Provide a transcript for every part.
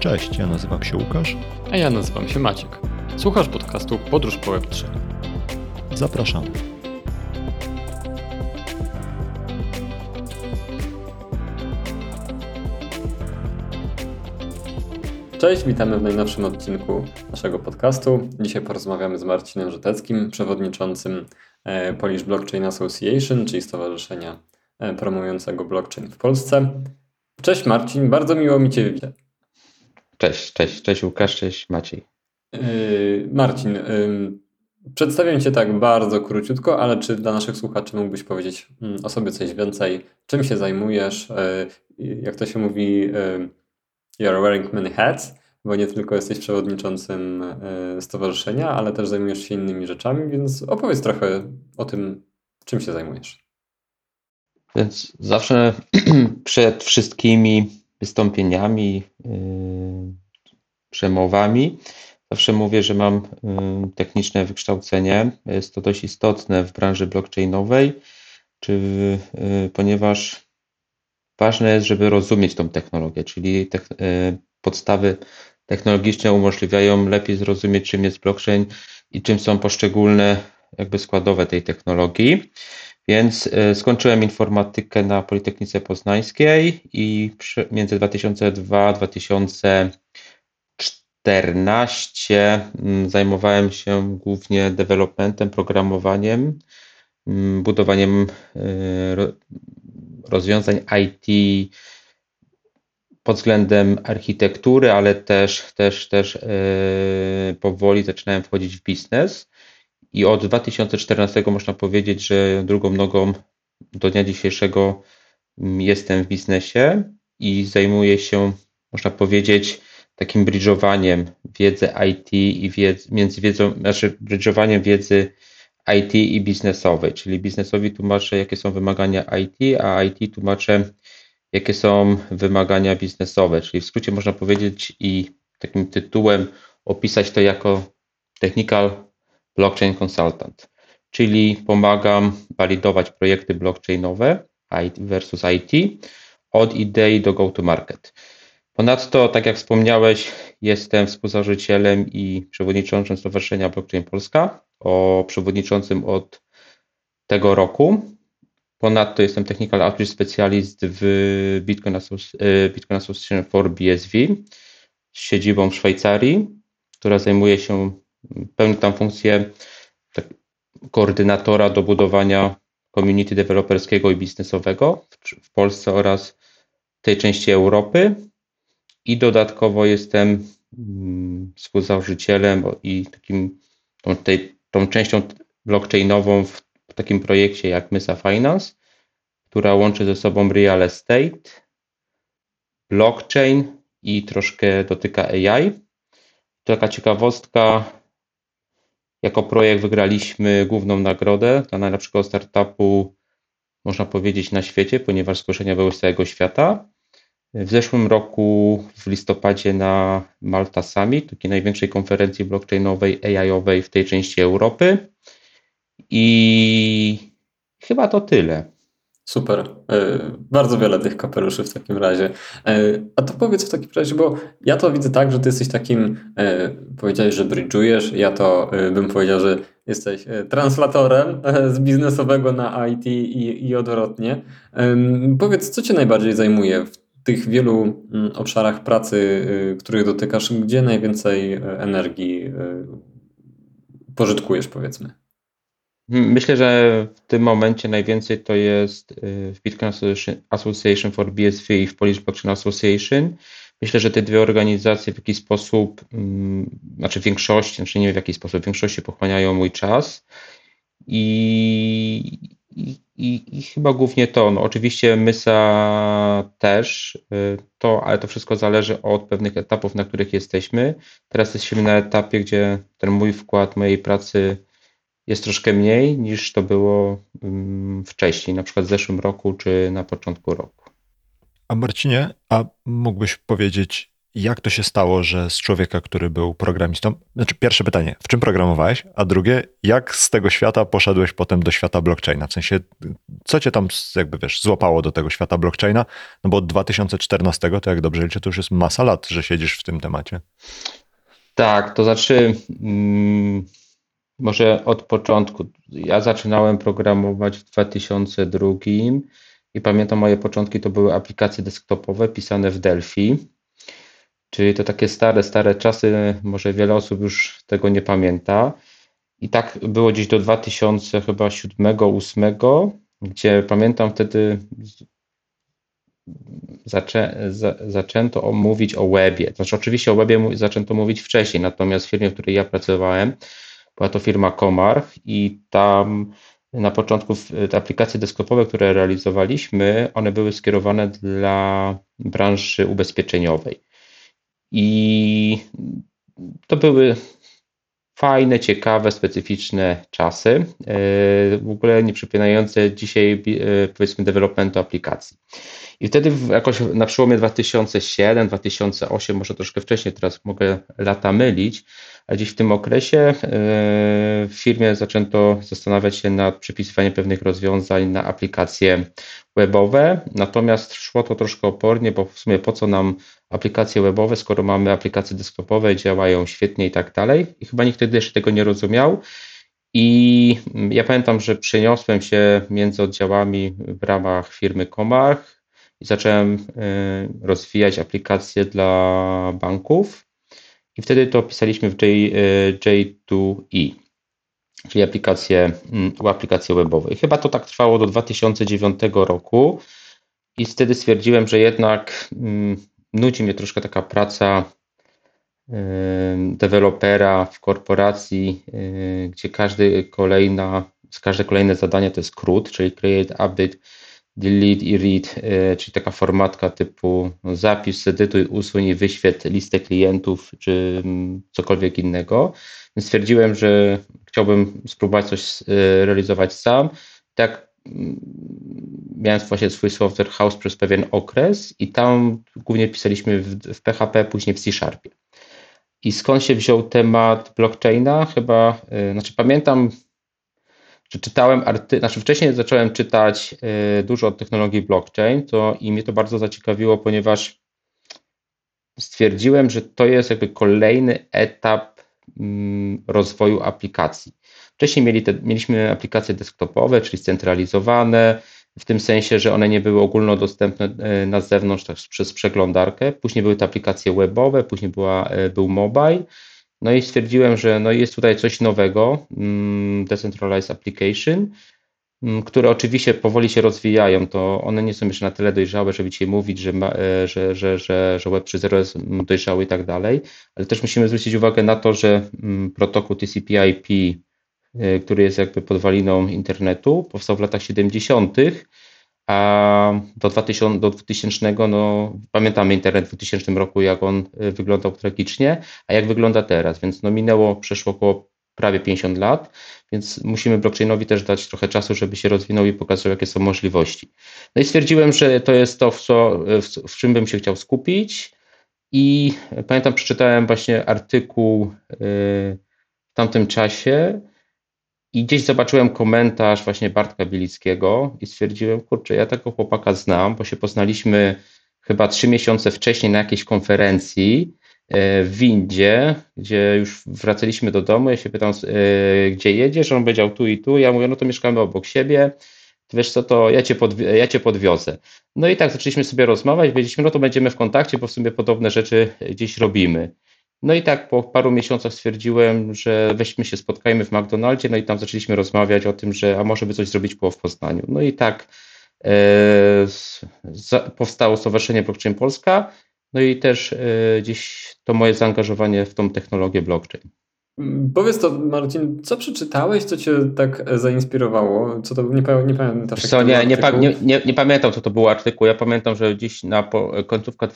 Cześć, ja nazywam się Łukasz. A ja nazywam się Maciek. Słuchasz podcastu Podróż po Web3. Zapraszamy. Cześć, witamy w najnowszym odcinku naszego podcastu. Dzisiaj porozmawiamy z Marcinem Rzeteckim, przewodniczącym Polish Blockchain Association, czyli stowarzyszenia promującego blockchain w Polsce. Cześć Marcin, bardzo miło mi Cię widzieć. Cześć Łukasz, cześć Maciej. Marcin, przedstawiam Cię tak bardzo króciutko, ale czy dla naszych słuchaczy mógłbyś powiedzieć o sobie coś więcej? Czym się zajmujesz? Jak to się mówi, you're wearing many hats, bo nie tylko jesteś przewodniczącym stowarzyszenia, ale też zajmujesz się innymi rzeczami, więc opowiedz trochę o tym, czym się zajmujesz. Więc zawsze przed wszystkimi wystąpieniami, przemowami, zawsze mówię, że mam techniczne wykształcenie. Jest to dość istotne w branży blockchainowej, ponieważ ważne jest, żeby rozumieć tą technologię, czyli podstawy technologiczne umożliwiają lepiej zrozumieć, czym jest blockchain i czym są poszczególne składowe tej technologii. Więc skończyłem informatykę na Politechnice Poznańskiej i między 2002 a 2014 zajmowałem się głównie developmentem, programowaniem, budowaniem rozwiązań IT pod względem architektury, ale też powoli zaczynałem wchodzić w biznes. I od 2014 można powiedzieć, że drugą nogą do dnia dzisiejszego jestem w biznesie i zajmuję się, można powiedzieć, takim bridżowaniem wiedzy IT i bridżowaniem wiedzy IT i biznesowej, czyli biznesowi tłumaczę, jakie są wymagania IT, a IT tłumaczę, jakie są wymagania biznesowe, czyli w skrócie można powiedzieć i takim tytułem opisać to jako technical blockchain consultant, czyli pomagam walidować projekty blockchainowe versus IT od idei do go to market. Ponadto, tak jak wspomniałeś, jestem współzałożycielem i przewodniczącym Stowarzyszenia Blockchain Polska, przewodniczącym od tego roku. Ponadto jestem Technical Outreach Specialist w Bitcoin Association for BSV z siedzibą w Szwajcarii, która pełni tam funkcję koordynatora do budowania community deweloperskiego i biznesowego w Polsce oraz w tej części Europy. I dodatkowo jestem współzałożycielem i tą częścią blockchainową w takim projekcie jak Mysa Finance, która łączy ze sobą real estate, blockchain i troszkę dotyka AI. Taka ciekawostka, jako projekt wygraliśmy główną nagrodę dla najlepszego startupu, można powiedzieć, na świecie, ponieważ zgłoszenia były z całego świata. W zeszłym roku w listopadzie na Malta Summit, takiej największej konferencji blockchainowej, AI-owej w tej części Europy. I chyba to tyle. Super. Bardzo wiele tych kapeluszy w takim razie. A to powiedz w takim razie, bo ja to widzę tak, że ty jesteś takim, powiedziałeś, że bridżujesz, ja to bym powiedział, że jesteś translatorem z biznesowego na IT i odwrotnie. Powiedz, co cię najbardziej zajmuje w tych wielu obszarach pracy, których dotykasz, gdzie najwięcej energii pożytkujesz, powiedzmy? Myślę, że w tym momencie najwięcej to jest w Bitcoin Association for BSV i w Polish Blockchain Association. Myślę, że te dwie organizacje w jakiś sposób, w większości pochłaniają mój czas i chyba głównie to. No, oczywiście Mysa też, ale to wszystko zależy od pewnych etapów, na których jesteśmy. Teraz jesteśmy na etapie, gdzie ten mój wkład mojej pracy jest troszkę mniej niż to było wcześniej, na przykład w zeszłym roku czy na początku roku. A Marcinie, mógłbyś powiedzieć, jak to się stało, że z człowieka, który był programistą, pierwsze pytanie, w czym programowałeś, a drugie, jak z tego świata poszedłeś potem do świata blockchaina? W sensie, Co cię tam jakby wiesz, złapało do tego świata blockchaina? No bo od 2014, to jak dobrze liczę, to już jest masa lat, że siedzisz w tym temacie. Tak, to znaczy, może od początku. Ja zaczynałem programować w 2002 i pamiętam moje początki to były aplikacje desktopowe pisane w Delphi, czyli to takie stare czasy, może wiele osób już tego nie pamięta. I tak było gdzieś do 2007-2008, gdzie pamiętam wtedy zaczęto mówić o webie. Znaczy oczywiście o webie zaczęto mówić wcześniej, natomiast w firmie, w której ja pracowałem, była to firma Comarch i tam na początku te aplikacje desktopowe, które realizowaliśmy, one były skierowane dla branży ubezpieczeniowej. I to były fajne, ciekawe, specyficzne czasy, w ogóle nie przypominające dzisiaj powiedzmy developmentu aplikacji. I wtedy jakoś na przełomie 2007-2008, może troszkę wcześniej, teraz mogę lata mylić, ale gdzieś w tym okresie w firmie zaczęto zastanawiać się nad przepisywaniem pewnych rozwiązań na aplikacje webowe, natomiast szło to troszkę opornie, bo w sumie po co nam aplikacje webowe, skoro mamy aplikacje desktopowe, działają świetnie i tak dalej. I chyba nikt wtedy jeszcze tego nie rozumiał. I ja pamiętam, że przeniosłem się między oddziałami w ramach firmy Comarch i zacząłem rozwijać aplikacje dla banków. I wtedy to pisaliśmy w J2E, czyli aplikacje webowe. I chyba to tak trwało do 2009 roku. I wtedy stwierdziłem, że jednak nudzi mnie troszkę taka praca dewelopera w korporacji, gdzie każde kolejne zadanie to jest CRUD, czyli Create, Update, Delete i Read, czyli taka formatka typu zapisz, zedytuj, usuń i wyświetl listę klientów, czy cokolwiek innego. Więc stwierdziłem, że chciałbym spróbować coś realizować sam. Tak, miałem właśnie swój software house przez pewien okres i tam głównie pisaliśmy w PHP, później w C#. I skąd się wziął temat blockchaina? Chyba, znaczy pamiętam, że czytałem wcześniej zacząłem czytać dużo o technologii blockchain, i mnie to bardzo zaciekawiło, ponieważ stwierdziłem, że to jest jakby kolejny etap rozwoju aplikacji. Wcześniej mieliśmy aplikacje desktopowe, czyli scentralizowane, w tym sensie, że one nie były ogólnodostępne na zewnątrz tak, przez przeglądarkę. Później były te aplikacje webowe, później był mobile. No i stwierdziłem, że jest tutaj coś nowego, Decentralized Application, które oczywiście powoli się rozwijają. To one nie są jeszcze na tyle dojrzałe, żeby dzisiaj mówić, że Web 3.0 jest dojrzały i tak dalej, ale też musimy zwrócić uwagę na to, że protokół TCP/IP, który jest jakby podwaliną internetu, powstał w latach 70., a do 2000, pamiętamy internet w 2000 roku, jak on wyglądał tragicznie, a jak wygląda teraz, więc przeszło około prawie 50 lat, więc musimy blockchainowi też dać trochę czasu, żeby się rozwinął i pokazał, jakie są możliwości. No i stwierdziłem, że to jest to, w czym bym się chciał skupić i pamiętam, przeczytałem właśnie artykuł w tamtym czasie i gdzieś zobaczyłem komentarz właśnie Bartka Bielickiego i stwierdziłem, kurczę, ja tego chłopaka znam, bo się poznaliśmy chyba 3 miesiące wcześniej na jakiejś konferencji w windzie, gdzie już wracaliśmy do domu. Ja się pytam, gdzie jedziesz? On powiedział tu i tu. Ja mówię, no to mieszkamy obok siebie. To wiesz co, to ja cię podwiozę. No i tak zaczęliśmy sobie rozmawiać. Powiedzieliśmy, no to będziemy w kontakcie, bo w sumie podobne rzeczy gdzieś robimy. No i tak po paru miesiącach stwierdziłem, że weźmy się, spotkajmy w McDonaldzie, no i tam zaczęliśmy rozmawiać o tym, że a może by coś zrobić w Poznaniu. No i tak powstało Stowarzyszenie Blockchain Polska, no i też gdzieś to moje zaangażowanie w tą technologię blockchain. Powiedz to, Marcin, co przeczytałeś, co cię tak zainspirowało? Co to nie pamiętasz? Co, nie pamiętam, co to był artykuł. Ja pamiętam, że gdzieś na końcówka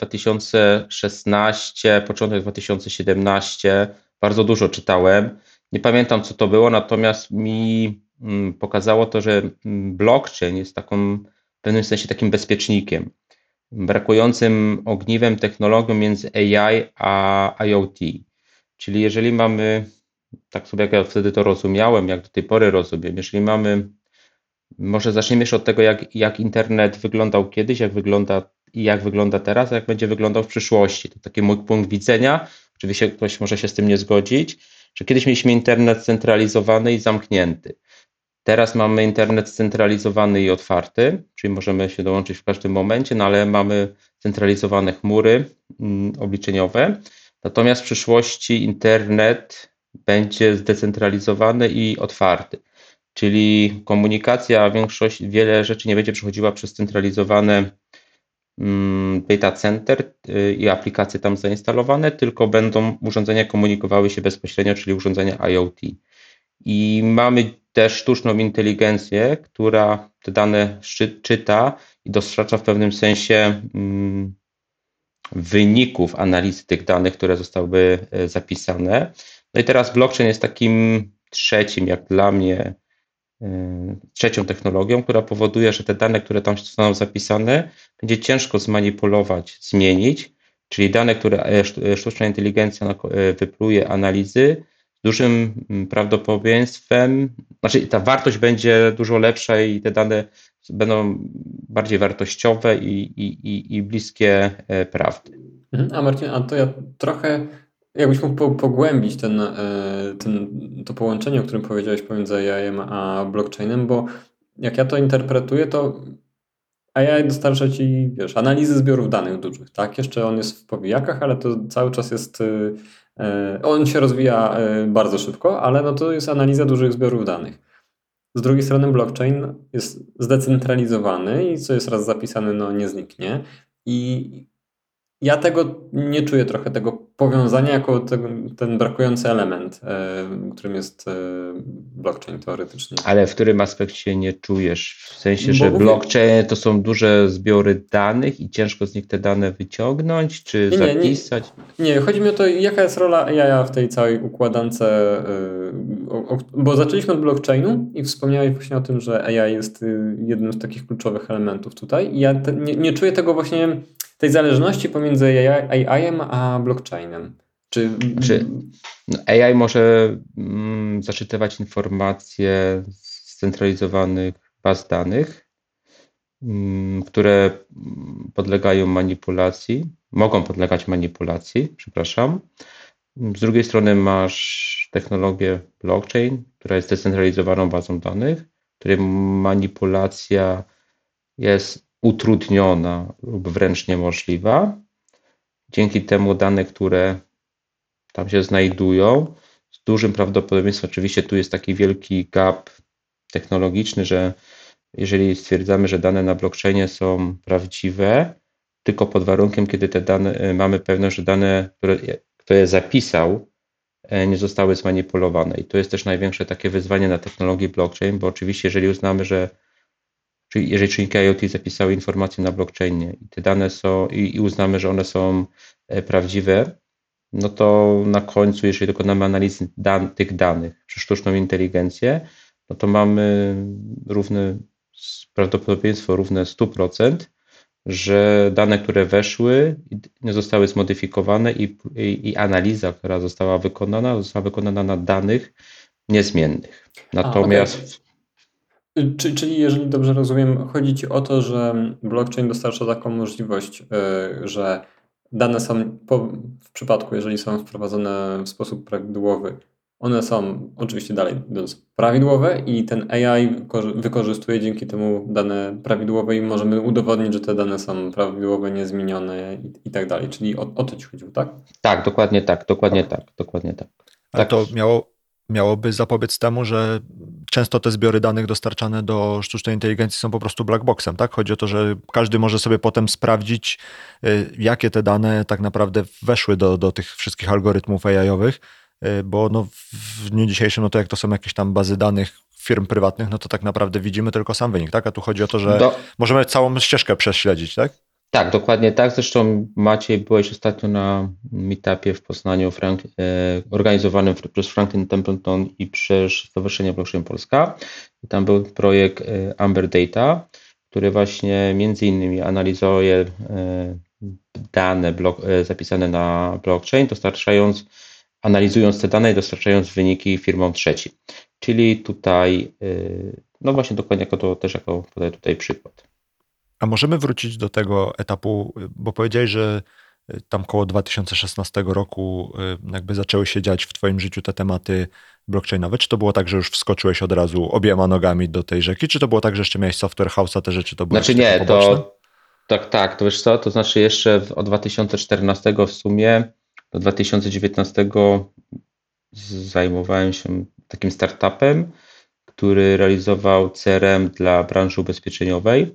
2016, początek 2017 bardzo dużo czytałem. Nie pamiętam, co to było, natomiast mi pokazało to, że blockchain jest w pewnym sensie takim bezpiecznikiem, brakującym ogniwem technologią między AI a IoT. Czyli jeżeli mamy, tak sobie jak ja wtedy to rozumiałem, jak do tej pory rozumiem, jeżeli mamy Może zaczniemy jeszcze od tego, jak internet wyglądał kiedyś, jak wygląda teraz, a jak będzie wyglądał w przyszłości. To taki mój punkt widzenia. Oczywiście ktoś może się z tym nie zgodzić, że kiedyś mieliśmy internet centralizowany i zamknięty. Teraz mamy internet scentralizowany i otwarty, czyli możemy się dołączyć w każdym momencie, no ale mamy centralizowane chmury obliczeniowe. Natomiast w przyszłości internet będzie zdecentralizowany i otwarty. Czyli komunikacja, wiele rzeczy nie będzie przechodziła przez centralizowane data center i aplikacje tam zainstalowane, tylko będą urządzenia komunikowały się bezpośrednio, czyli urządzenia IoT. I mamy też sztuczną inteligencję, która te dane czyta i dostarcza w pewnym sensie wyników analizy tych danych, które zostały zapisane. No i teraz blockchain jest takim trzecim, jak dla mnie, trzecią technologią, która powoduje, że te dane, które tam zostaną zapisane, będzie ciężko zmanipulować, zmienić, czyli dane, które sztuczna inteligencja wypluje analizy, z dużym prawdopodobieństwem, znaczy ta wartość będzie dużo lepsza i te dane będą bardziej wartościowe i bliskie prawdy. A Marcin, a to ja trochę, jakbyś mógł pogłębić to połączenie, o którym powiedziałeś pomiędzy AI-em a blockchainem, bo jak ja to interpretuję, to AI dostarcza ci, wiesz, analizy zbiorów danych dużych, tak? Jeszcze on jest w powijakach, ale to cały czas jest, on się rozwija bardzo szybko, ale no to jest analiza dużych zbiorów danych. Z drugiej strony blockchain jest zdecentralizowany i co jest raz zapisane, no nie zniknie. I ja nie czuję trochę tego powiązania jako ten brakujący element, którym jest blockchain teoretycznie. Ale w którym aspekcie nie czujesz? W sensie, że Bo mówię- blockchain to są duże zbiory danych i ciężko z nich te dane wyciągnąć, czy Nie, zapisać? Nie, chodzi mi o to, jaka jest rola AI w tej całej układance, bo zaczęliśmy od blockchainu i wspomniałeś właśnie o tym, że AI jest jednym z takich kluczowych elementów tutaj. I ja nie czuję tego właśnie, tej zależności pomiędzy AI-em a blockchainem. Czy No, AI może zaczytywać informacje z scentralizowanych baz danych, które podlegają manipulacji, mogą podlegać manipulacji, przepraszam. Z drugiej strony masz technologię blockchain, która jest zdecentralizowaną bazą danych, której manipulacja jest utrudniona lub wręcz niemożliwa. Dzięki temu dane, które tam się znajdują, z dużym prawdopodobieństwem, oczywiście tu jest taki wielki gap technologiczny, że jeżeli stwierdzamy, że dane na blockchainie są prawdziwe, tylko pod warunkiem, kiedy te dane, mamy pewność, że dane, kto je zapisał, nie zostały zmanipulowane. I to jest też największe takie wyzwanie na technologii blockchain, bo oczywiście jeżeli uznamy, jeżeli czynniki IoT zapisały informacje na blockchainie i te dane są, i uznamy, że one są prawdziwe, no to na końcu, jeżeli dokonamy analizy tych danych przez sztuczną inteligencję, no to mamy prawdopodobieństwo równe 100%, że dane, które weszły, nie zostały zmodyfikowane i analiza, która została wykonana na danych niezmiennych. Natomiast Czyli jeżeli dobrze rozumiem, chodzi ci o to, że blockchain dostarcza taką możliwość, że dane są, w przypadku, jeżeli są wprowadzone w sposób prawidłowy, one są oczywiście dalej prawidłowe i ten AI wykorzystuje dzięki temu dane prawidłowe i możemy udowodnić, że te dane są prawidłowe, niezmienione i tak dalej. Czyli o to ci chodziło, tak? Tak, dokładnie tak. Ale to miałoby zapobiec temu, że często te zbiory danych dostarczane do sztucznej inteligencji są po prostu black boxem, tak? Chodzi o to, że każdy może sobie potem sprawdzić, jakie te dane tak naprawdę weszły do tych wszystkich algorytmów AI-owych, bo no w dniu dzisiejszym, no to jak to są jakieś tam bazy danych firm prywatnych, no to tak naprawdę widzimy tylko sam wynik, tak? A tu chodzi o to, że możemy całą ścieżkę prześledzić, tak? Tak, dokładnie tak. Zresztą Maciej, byłeś ostatnio na meetupie w Poznaniu organizowanym przez Franklin Templeton i przez Stowarzyszenie Blockchain Polska. I tam był projekt Amber Data, który właśnie między innymi analizuje dane zapisane na blockchain, analizując te dane i dostarczając wyniki firmom trzecim. Czyli tutaj no właśnie dokładnie jako podaję tutaj przykład. A możemy wrócić do tego etapu, bo powiedziałeś, że tam koło 2016 roku jakby zaczęły się dziać w twoim życiu te tematy blockchainowe. Czy to było tak, że już wskoczyłeś od razu obiema nogami do tej rzeki, czy to było tak, że jeszcze miałeś software house'a, te rzeczy to były Znaczy jakieś takie nie, poboczne? tak, to wiesz co, to znaczy jeszcze od 2014 w sumie do 2019 zajmowałem się takim startupem, który realizował CRM dla branży ubezpieczeniowej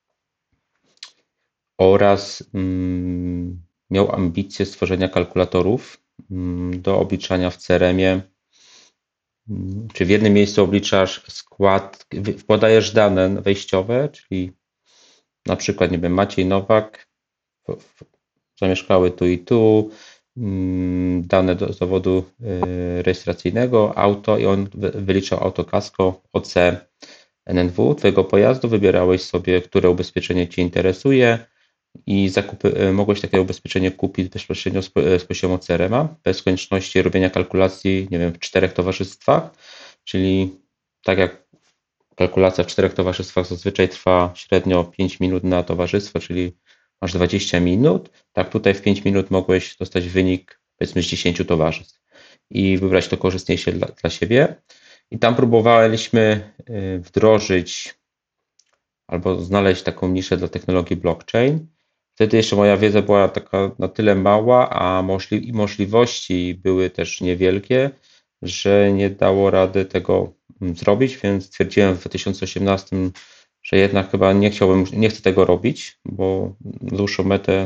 oraz miał ambicje stworzenia kalkulatorów do obliczania w CRM-ie. Czy w jednym miejscu obliczasz skład, podajesz dane wejściowe, czyli na przykład, nie wiem, Maciej Nowak, zamieszkały tu i tu, dane z dowodu rejestracyjnego, auto i on wyliczał autokasko OC NNW twojego pojazdu, wybierałeś sobie, które ubezpieczenie Cię interesuje i mogłeś takie ubezpieczenie kupić bezpośrednio z poziomu CRM-a, bez konieczności robienia kalkulacji, nie wiem, w 4 towarzystwach, czyli tak jak kalkulacja w 4 towarzystwach zazwyczaj trwa średnio 5 minut na towarzystwo, czyli masz 20 minut, tak tutaj w 5 minut mogłeś dostać wynik powiedzmy z 10 towarzystw i wybrać to korzystniejsze dla siebie. I tam próbowaliśmy wdrożyć albo znaleźć taką niszę dla technologii blockchain. Wtedy jeszcze moja wiedza była taka na tyle mała, a możliwości były też niewielkie, że nie dało rady tego zrobić, więc stwierdziłem w 2018, że jednak chyba nie chcę tego robić, bo na dłuższą metę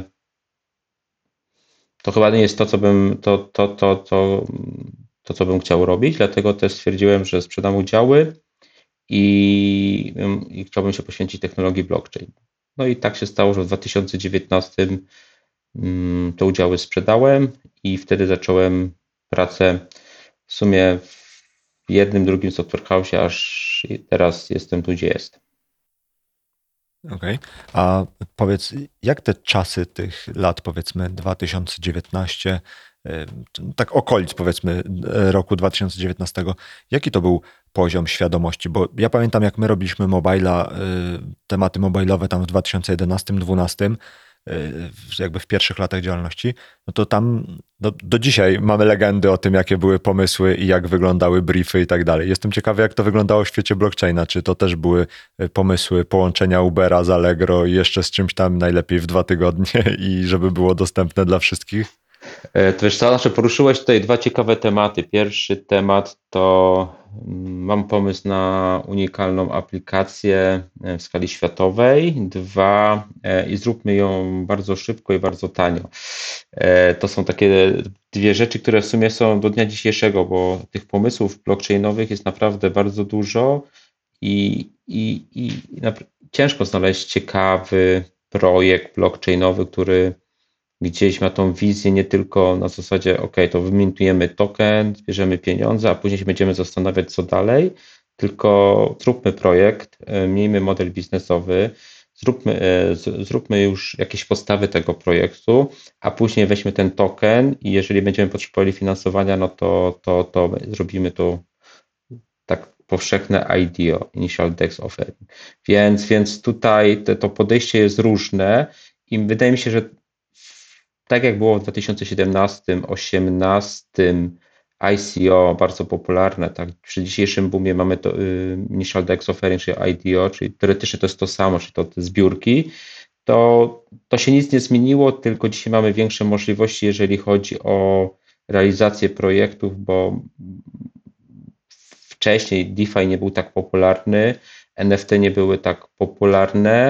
to chyba nie jest to, co bym chciał robić, dlatego też stwierdziłem, że sprzedam udziały i chciałbym się poświęcić technologii blockchain. No i tak się stało, że w 2019 te udziały sprzedałem i wtedy zacząłem pracę w sumie w jednym, drugim software house, aż teraz jestem tu, gdzie jestem. Okej. A powiedz, jak te czasy tych lat, powiedzmy 2019, tak okolic powiedzmy roku 2019, jaki to był poziom świadomości? Bo ja pamiętam, jak my robiliśmy mobila, tematy mobilowe tam w 2011-2012, jakby w pierwszych latach działalności, no to tam do dzisiaj mamy legendy o tym, jakie były pomysły i jak wyglądały briefy i tak dalej. Jestem ciekawy, jak to wyglądało w świecie blockchaina. Czy to też były pomysły połączenia Ubera z Allegro i jeszcze z czymś tam najlepiej w 2 tygodnie i żeby było dostępne dla wszystkich? To wiesz co, znaczy poruszyłeś tutaj 2 ciekawe tematy. Pierwszy temat to mam pomysł na unikalną aplikację w skali światowej. 2, i zróbmy ją bardzo szybko i bardzo tanio. To są takie 2 rzeczy, które w sumie są do dnia dzisiejszego, bo tych pomysłów blockchainowych jest naprawdę bardzo dużo i ciężko znaleźć ciekawy projekt blockchainowy, który gdzieś ma tą wizję nie tylko na zasadzie, ok, to wymintujemy token, zbierzemy pieniądze, a później się będziemy zastanawiać, co dalej, tylko zróbmy projekt, miejmy model biznesowy, zróbmy już jakieś podstawy tego projektu, a później weźmy ten token i jeżeli będziemy potrzebowali finansowania, no to zrobimy to tak powszechne IDO, Initial Dex Offering. Więc tutaj to podejście jest różne i wydaje mi się, że tak jak było w 2017-2018 ICO bardzo popularne, tak przy dzisiejszym boomie mamy to Initial Dex Offering, czyli IDO, czyli teoretycznie to jest to samo, czyli to te zbiórki, to się nic nie zmieniło, tylko dzisiaj mamy większe możliwości, jeżeli chodzi o realizację projektów, bo wcześniej DeFi nie był tak popularny, NFT nie były tak popularne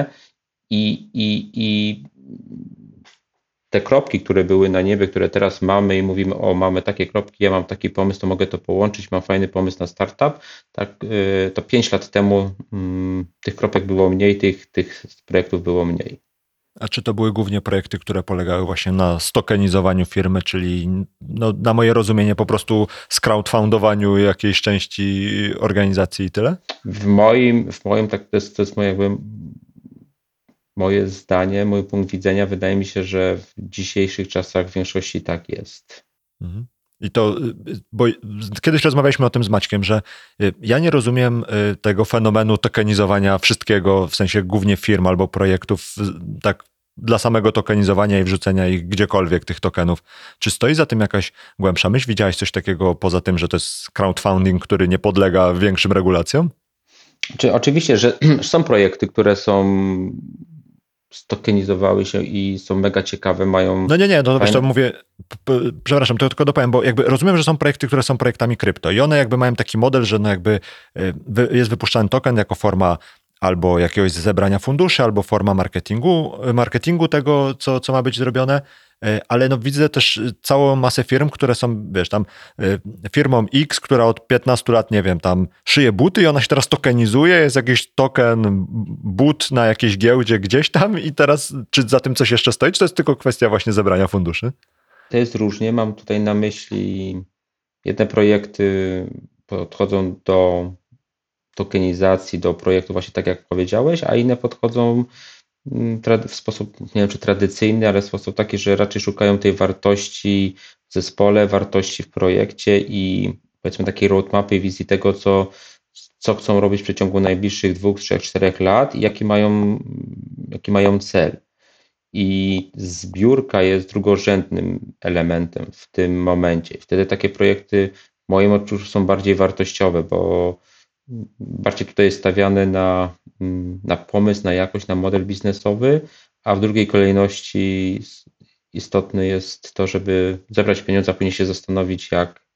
i te kropki, które były na niebie, które teraz mamy i mówimy, o mamy takie kropki, ja mam taki pomysł, to mogę to połączyć, mam fajny pomysł na startup, tak, to 5 lat temu tych kropek było mniej, tych projektów było mniej. A czy to były głównie projekty, które polegały właśnie na stokenizowaniu firmy, czyli no, na moje rozumienie po prostu scrowdfundowaniu jakiejś części organizacji i tyle? W moim tak to jest moje zdanie, mój punkt widzenia. Wydaje mi się, że w dzisiejszych czasach w większości tak jest. Mhm. I to, bo kiedyś rozmawialiśmy o tym z Maćkiem, że ja nie rozumiem tego fenomenu tokenizowania wszystkiego, w sensie głównie firm albo projektów, tak dla samego tokenizowania i wrzucenia ich gdziekolwiek, tych tokenów. Czy stoi za tym jakaś głębsza myśl? Widziałeś coś takiego poza tym, że to jest crowdfunding, który nie podlega większym regulacjom? Oczywiście, że są projekty, które stokenizowały się i są mega ciekawe, mają... No nie, no wiesz, to fajne... mówię, przepraszam, to tylko dopowiem, bo jakby rozumiem, że są projekty, które są projektami krypto i one jakby mają taki model, że no jakby jest wypuszczany token jako forma albo jakiegoś zebrania funduszy, albo forma marketingu tego, co ma być zrobione, ale no widzę też całą masę firm, które są, wiesz, tam firmą X, która od 15 lat, nie wiem, tam szyje buty i ona się teraz tokenizuje, jest jakiś token but na jakiejś giełdzie gdzieś tam i teraz, czy za tym coś jeszcze stoi, czy to jest tylko kwestia właśnie zebrania funduszy? To jest różnie, mam tutaj na myśli, jedne projekty podchodzą do tokenizacji, do projektu właśnie tak jak powiedziałeś, a inne podchodzą w sposób, nie wiem czy tradycyjny, ale w sposób taki, że raczej szukają tej wartości w zespole, wartości w projekcie i powiedzmy takiej roadmapy, wizji tego, co chcą robić w przeciągu najbliższych 2, 3, 4 lat i jaki mają cel. I zbiórka jest drugorzędnym elementem w tym momencie. Wtedy takie projekty w moim odczuciu są bardziej wartościowe, bo bardziej tutaj jest stawiane na pomysł, na jakość, na model biznesowy, a w drugiej kolejności istotne jest to, żeby zebrać pieniądze, a później się zastanowić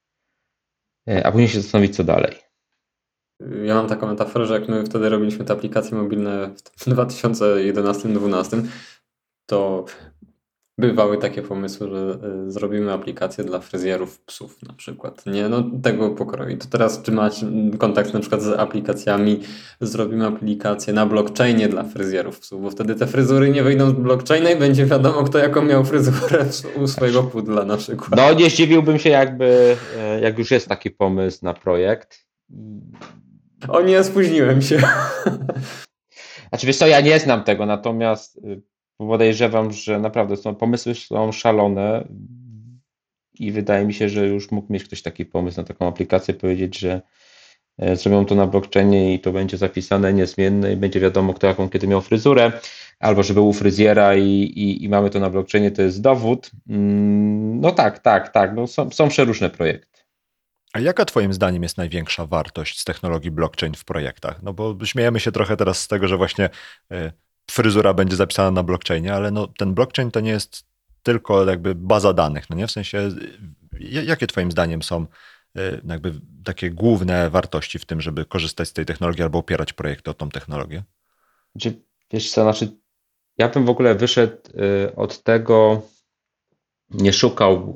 co dalej. Ja mam taką metaforę, że jak my wtedy robiliśmy te aplikacje mobilne w 2011-2012, to bywały takie pomysły, że zrobimy aplikację dla fryzjerów psów na przykład, nie? No tego pokroju. To teraz czy macie kontakt na przykład z aplikacjami, zrobimy aplikację na blockchainie dla fryzjerów psów, bo wtedy te fryzury nie wyjdą z blockchaina i będzie wiadomo, kto jaką miał fryzurę u swojego pudla na przykład. No nie zdziwiłbym się jak już jest taki pomysł na projekt. O nie, spóźniłem się. Znaczy wiesz co, ja nie znam tego, natomiast podejrzewam, że naprawdę pomysły są szalone i wydaje mi się, że już mógł mieć ktoś taki pomysł na taką aplikację, powiedzieć, że zrobią to na blockchainie i to będzie zapisane niezmienne i będzie wiadomo, kto jaką kiedy miał fryzurę, albo że był u fryzjera i mamy to na blockchainie, to jest dowód. No tak, no są przeróżne projekty. A jaka twoim zdaniem jest największa wartość z technologii blockchain w projektach? No bo śmiejemy się trochę teraz z tego, że właśnie fryzura będzie zapisana na blockchainie, ale no ten blockchain to nie jest tylko jakby baza danych, no nie? W sensie, jakie twoim zdaniem są jakby takie główne wartości w tym, żeby korzystać z tej technologii albo opierać projekty o tą technologię? Wiesz co, ja bym w ogóle wyszedł od tego, nie szukał,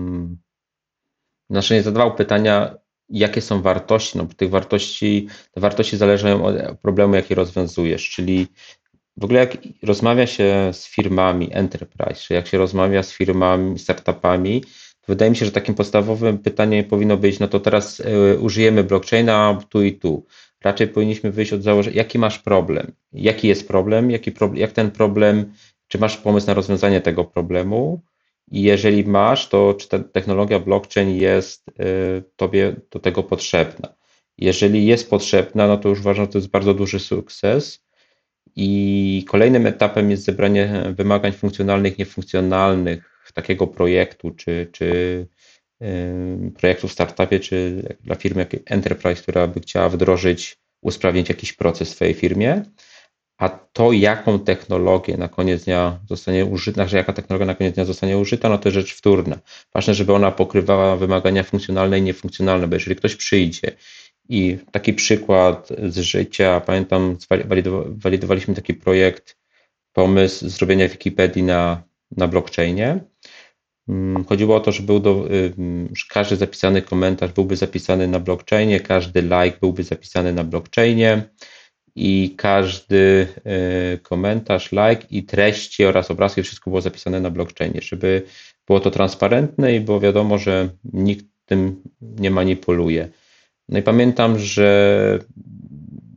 nie zadawał pytania, jakie są wartości, no bo te wartości zależą od problemu, jaki rozwiązujesz, czyli w ogóle jak rozmawia się z firmami enterprise, czy jak się rozmawia z firmami, startupami, to wydaje mi się, że takim podstawowym pytaniem powinno być, no to teraz użyjemy blockchaina tu i tu. Raczej powinniśmy wyjść od założenia, jaki masz problem, jaki jest problem, jak ten problem, czy masz pomysł na rozwiązanie tego problemu i jeżeli masz, to czy ta technologia blockchain jest tobie do tego potrzebna. Jeżeli jest potrzebna, no to już uważam, że to jest bardzo duży sukces. I kolejnym etapem jest zebranie wymagań funkcjonalnych, niefunkcjonalnych takiego projektu, czy projektu w startupie, czy dla firmy jak enterprise, która by chciała wdrożyć, usprawnić jakiś proces w swojej firmie. A to, jaką technologię na koniec dnia zostanie użyta, że jaka technologia na koniec dnia zostanie użyta, no to jest rzecz wtórna. Ważne, żeby ona pokrywała wymagania funkcjonalne i niefunkcjonalne, bo jeżeli ktoś przyjdzie i taki przykład z życia, pamiętam, walidowaliśmy taki projekt, pomysł zrobienia Wikipedii na blockchainie. Chodziło o to, że każdy zapisany komentarz byłby zapisany na blockchainie, każdy like byłby zapisany na blockchainie i każdy komentarz, like i treści oraz obrazki, wszystko było zapisane na blockchainie, żeby było to transparentne i było wiadomo, że nikt tym nie manipuluje. No i pamiętam, że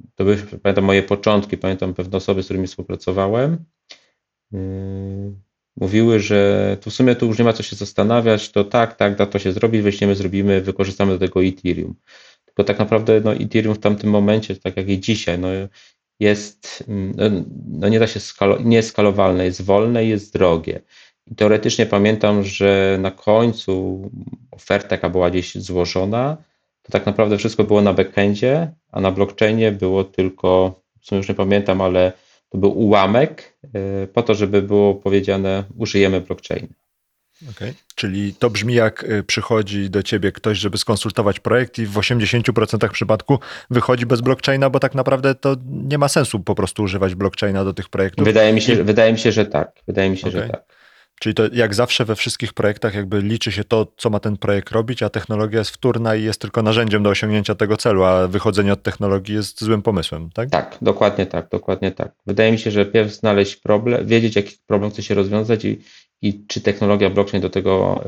pamiętam moje początki, pamiętam pewne osoby, z którymi współpracowałem. mówiły, że tu w sumie tu już nie ma co się zastanawiać, to tak, da to się zrobić, weźmiemy, zrobimy, wykorzystamy do tego Ethereum. Tylko tak naprawdę no, Ethereum w tamtym momencie, tak jak i dzisiaj, no, jest, no nie da się, nie jest skalowalne, jest wolne i jest drogie. I teoretycznie pamiętam, że na końcu oferta, jaka była gdzieś złożona, to tak naprawdę wszystko było na backendzie, a na blockchainie było tylko, w sumie już nie pamiętam, ale to był ułamek po to, żeby było powiedziane, użyjemy blockchaina. Okay. Czyli to brzmi jak przychodzi do ciebie ktoś, żeby skonsultować projekt i w 80% przypadku wychodzi bez blockchaina, bo tak naprawdę to nie ma sensu po prostu używać blockchaina do tych projektów. Wydaje mi się, że tak. Że tak. Czyli to jak zawsze we wszystkich projektach jakby liczy się to, co ma ten projekt robić, a technologia jest wtórna i jest tylko narzędziem do osiągnięcia tego celu, a wychodzenie od technologii jest złym pomysłem, tak? Tak, dokładnie tak. Wydaje mi się, że pierw znaleźć problem, wiedzieć jaki problem chce się rozwiązać i czy technologia blockchain do tego,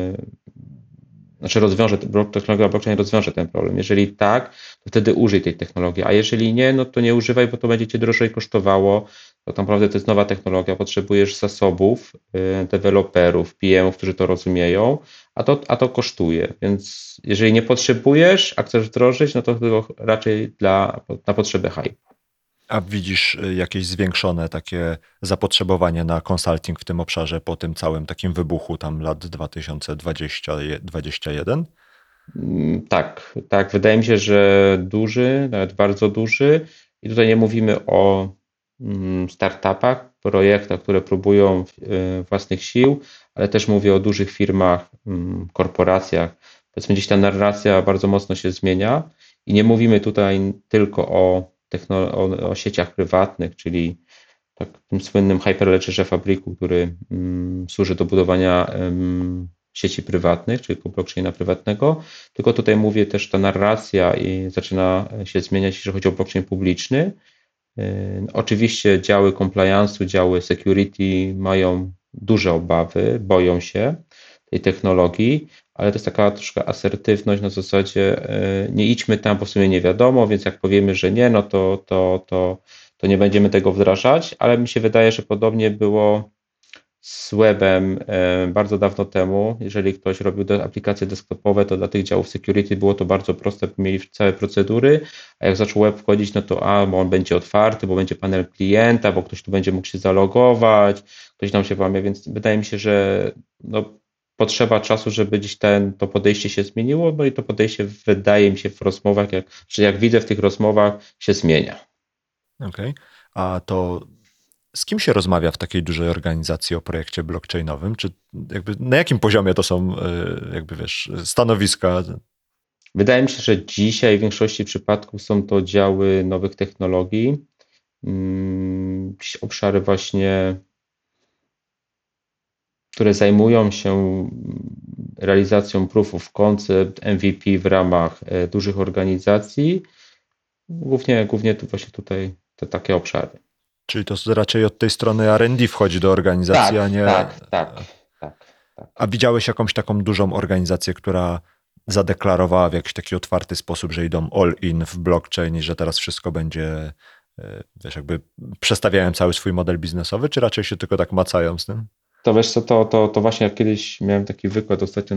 technologia blockchain rozwiąże ten problem. Jeżeli tak, to wtedy użyj tej technologii, a jeżeli nie, no to nie używaj, bo to będzie cię drożej kosztowało. To tak naprawdę to jest nowa technologia, potrzebujesz zasobów, deweloperów, PM-ów, którzy to rozumieją, a to kosztuje. Więc jeżeli nie potrzebujesz, a chcesz wdrożyć, no to tylko raczej na potrzeby hype. A widzisz jakieś zwiększone takie zapotrzebowanie na consulting w tym obszarze po tym całym takim wybuchu tam lat 2020-2021? Tak. Wydaje mi się, że duży, nawet bardzo duży. I tutaj nie mówimy o startupach, projektach, które próbują własnych sił, ale też mówię o dużych firmach, korporacjach. Powiedzmy, gdzieś ta narracja bardzo mocno się zmienia i nie mówimy tutaj tylko o sieciach prywatnych, czyli tak tym słynnym Hyperledgerze Fabriku, który służy do budowania sieci prywatnych, czyli blockchaina prywatnego, tylko tutaj mówię też ta narracja i zaczyna się zmieniać, jeżeli chodzi o blockchain publiczny. Oczywiście działy compliance'u, działy security mają duże obawy, boją się tej technologii, ale to jest taka troszkę asertywność na zasadzie nie idźmy tam, bo w sumie nie wiadomo, więc jak powiemy, że nie, no to nie będziemy tego wdrażać, ale mi się wydaje, że podobnie było z webem bardzo dawno temu. Jeżeli ktoś robił aplikacje desktopowe, to dla tych działów security było to bardzo proste, bo mieli całe procedury, a jak zaczął web wchodzić, no to bo on będzie otwarty, bo będzie panel klienta, bo ktoś tu będzie mógł się zalogować, ktoś tam się włamie, więc wydaje mi się, że potrzeba czasu, żeby gdzieś to podejście się zmieniło, no i to podejście wydaje mi się w rozmowach, jak widzę w tych rozmowach, się zmienia. Okej. A to z kim się rozmawia w takiej dużej organizacji o projekcie blockchainowym? Czy jakby na jakim poziomie to są stanowiska? Wydaje mi się, że dzisiaj w większości przypadków są to działy nowych technologii, jakieś obszary właśnie, które zajmują się realizacją proof of concept, MVP w ramach dużych organizacji. Głównie to właśnie tutaj te takie obszary. Czyli to raczej od tej strony R&D wchodzi do organizacji, tak, a nie... Tak. A widziałeś jakąś taką dużą organizację, która zadeklarowała w jakiś taki otwarty sposób, że idą all in w blockchain i że teraz wszystko będzie, jakby przestawiają cały swój model biznesowy, czy raczej się tylko tak macają z tym? To wiesz co, to właśnie jak kiedyś miałem taki wykład ostatnio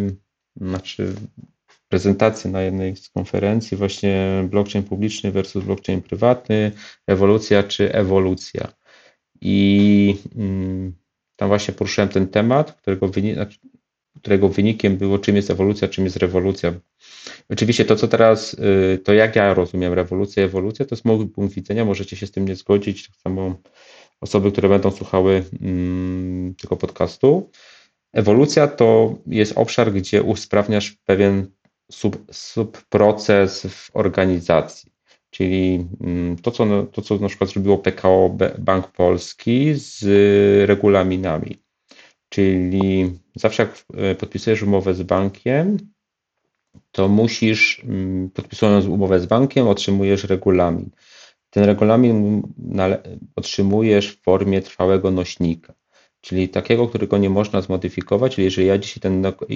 prezentację na jednej z konferencji, właśnie blockchain publiczny versus blockchain prywatny, rewolucja czy ewolucja. I tam właśnie poruszyłem ten temat, którego wynikiem było, czym jest ewolucja, czym jest rewolucja. Oczywiście to, co teraz, to jak ja rozumiem ewolucja, to jest mój punkt widzenia, możecie się z tym nie zgodzić, tak samo osoby, które będą słuchały tego podcastu. Ewolucja to jest obszar, gdzie usprawniasz pewien subproces w organizacji. Czyli to, co na przykład zrobiło PKO Bank Polski z regulaminami. Czyli zawsze jak podpisujesz umowę z bankiem, to musisz, podpisując umowę z bankiem, otrzymujesz regulamin. Ten regulamin otrzymujesz w formie trwałego nośnika, czyli takiego, którego nie można zmodyfikować, czyli jeżeli ja dzisiaj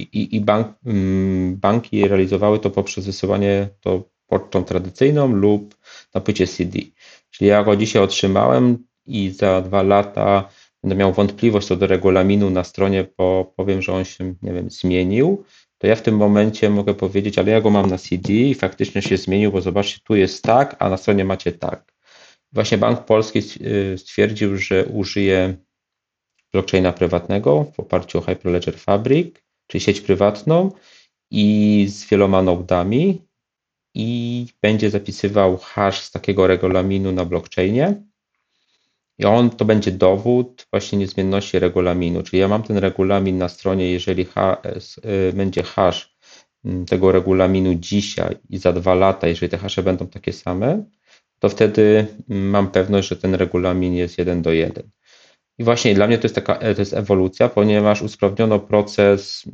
banki realizowały to poprzez wysyłanie to pocztą tradycyjną lub na płycie CD. Czyli ja go dzisiaj otrzymałem i za 2 lata będę miał wątpliwość co do regulaminu na stronie, bo powiem, że on się, nie wiem, zmienił, to ja w tym momencie mogę powiedzieć, ale ja go mam na CD i faktycznie się zmienił, bo zobaczcie, tu jest tak, a na stronie macie tak. Właśnie Bank Polski stwierdził, że użyje blockchaina prywatnego w oparciu o Hyperledger Fabric, czyli sieć prywatną i z wieloma nodami i będzie zapisywał hash z takiego regulaminu na blockchainie i on to będzie dowód właśnie niezmienności regulaminu, czyli ja mam ten regulamin na stronie, jeżeli będzie hash tego regulaminu dzisiaj i za 2 lata, jeżeli te hasze będą takie same, to wtedy mam pewność, że ten regulamin jest 1:1. I właśnie dla mnie to jest ewolucja, ponieważ usprawniono proces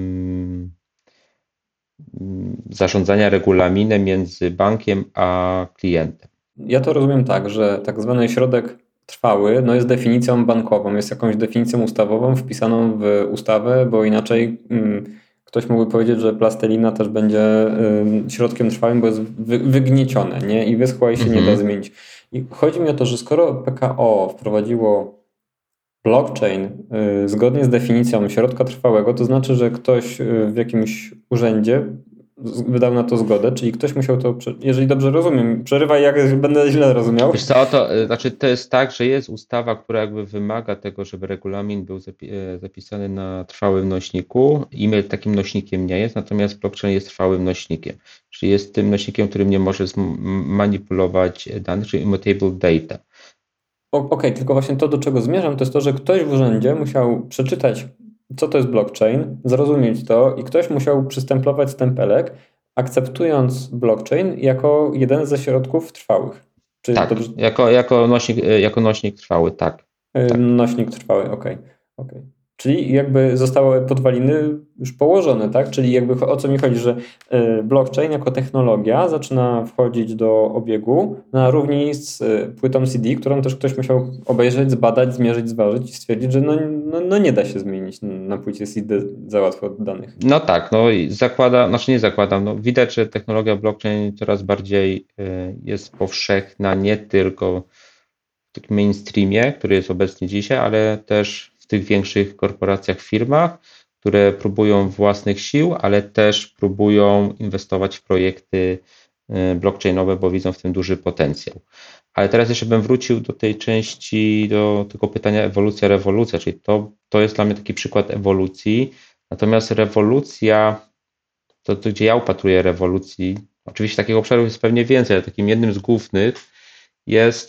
zarządzania regulaminem między bankiem a klientem. Ja to rozumiem tak, że tak zwany środek trwały jest definicją bankową, jest jakąś definicją ustawową wpisaną w ustawę, bo inaczej ktoś mógłby powiedzieć, że plastelina też będzie środkiem trwałym, bo jest wygniecione, nie? I wyschła i się nie da zmienić. I chodzi mi o to, że skoro PKO wprowadziło blockchain zgodnie z definicją środka trwałego, to znaczy, że ktoś w jakimś urzędzie wydał na to zgodę, czyli ktoś musiał to, jeżeli dobrze rozumiem, przerywaj jak będę źle rozumiał. Wiesz co, to jest tak, że jest ustawa, która jakby wymaga tego, żeby regulamin był zapisany na trwałym nośniku. E-mail takim nośnikiem nie jest, natomiast blockchain jest trwałym nośnikiem, czyli jest tym nośnikiem, którym nie może manipulować danych, czyli immutable data. Okej, tylko właśnie to, do czego zmierzam, to jest to, że ktoś w urzędzie musiał przeczytać, co to jest blockchain, zrozumieć to i ktoś musiał przystemplować stempelek, akceptując blockchain jako jeden ze środków trwałych. Czy tak, dobrze? jako nośnik trwały, tak. Nośnik trwały, okej. Czyli jakby zostały podwaliny już położone, tak? Czyli jakby o co mi chodzi, że blockchain jako technologia zaczyna wchodzić do obiegu na równi z płytą CD, którą też ktoś musiał obejrzeć, zbadać, zmierzyć, zważyć i stwierdzić, że no nie da się zmienić na płycie CD za łatwo danych. No tak, i nie zakładam, widać, że technologia blockchain coraz bardziej jest powszechna, nie tylko w takim mainstreamie, który jest obecny dzisiaj, ale też w tych większych korporacjach, firmach, które próbują własnych sił, ale też próbują inwestować w projekty blockchainowe, bo widzą w tym duży potencjał. Ale teraz jeszcze bym wrócił do tej części, do tego pytania ewolucja, rewolucja, czyli to jest dla mnie taki przykład ewolucji. Natomiast rewolucja, to gdzie ja upatruję rewolucji, oczywiście takich obszarów jest pewnie więcej, ale takim jednym z głównych jest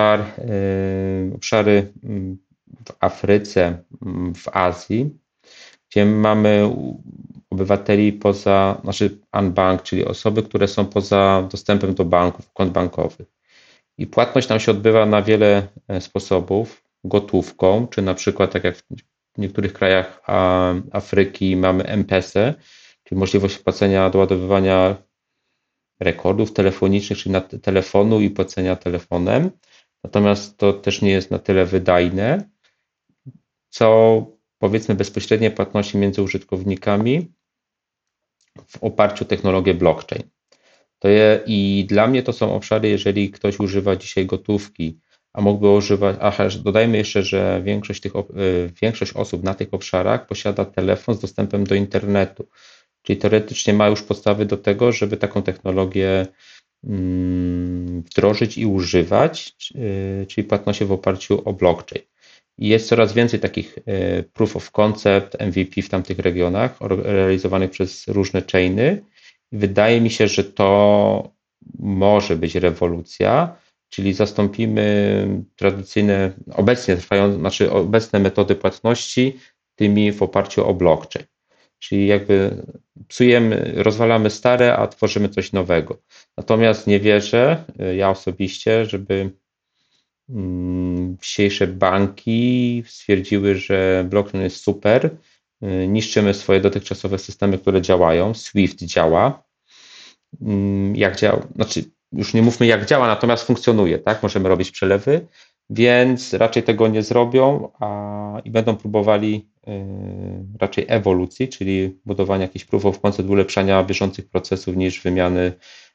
obszary w Afryce, w Azji, gdzie mamy obywateli unbanked, czyli osoby, które są poza dostępem do banków, kont bankowych. I płatność tam się odbywa na wiele sposobów, gotówką, czy na przykład tak jak w niektórych krajach Afryki mamy M-Pesę, czyli możliwość płacenia, doładowywania rekordów telefonicznych, czyli na telefonu i płacenia telefonem. Natomiast to też nie jest na tyle wydajne, co powiedzmy bezpośrednie płatności między użytkownikami w oparciu o technologię blockchain. I dla mnie to są obszary, jeżeli ktoś używa dzisiaj gotówki, a mógłby używać, dodajmy jeszcze, że większość osób na tych obszarach posiada telefon z dostępem do internetu, czyli teoretycznie ma już podstawy do tego, żeby taką technologię wdrożyć i używać, czyli płatności w oparciu o blockchain. I jest coraz więcej takich proof of concept, MVP w tamtych regionach realizowanych przez różne chainy. Wydaje mi się, że to może być rewolucja, czyli zastąpimy tradycyjne, obecne metody płatności tymi w oparciu o blockchain. Czyli jakby rozwalamy stare, a tworzymy coś nowego. Natomiast nie wierzę, ja osobiście, żeby dzisiejsze banki stwierdziły, że blockchain jest super, niszczymy swoje dotychczasowe systemy, które działają. SWIFT działa. Jak działa? Już nie mówmy jak działa, natomiast funkcjonuje, tak? Możemy robić przelewy, więc raczej tego nie zrobią i będą próbowali raczej ewolucji, czyli budowania jakichś proof of concept, ulepszania bieżących procesów niż wymiany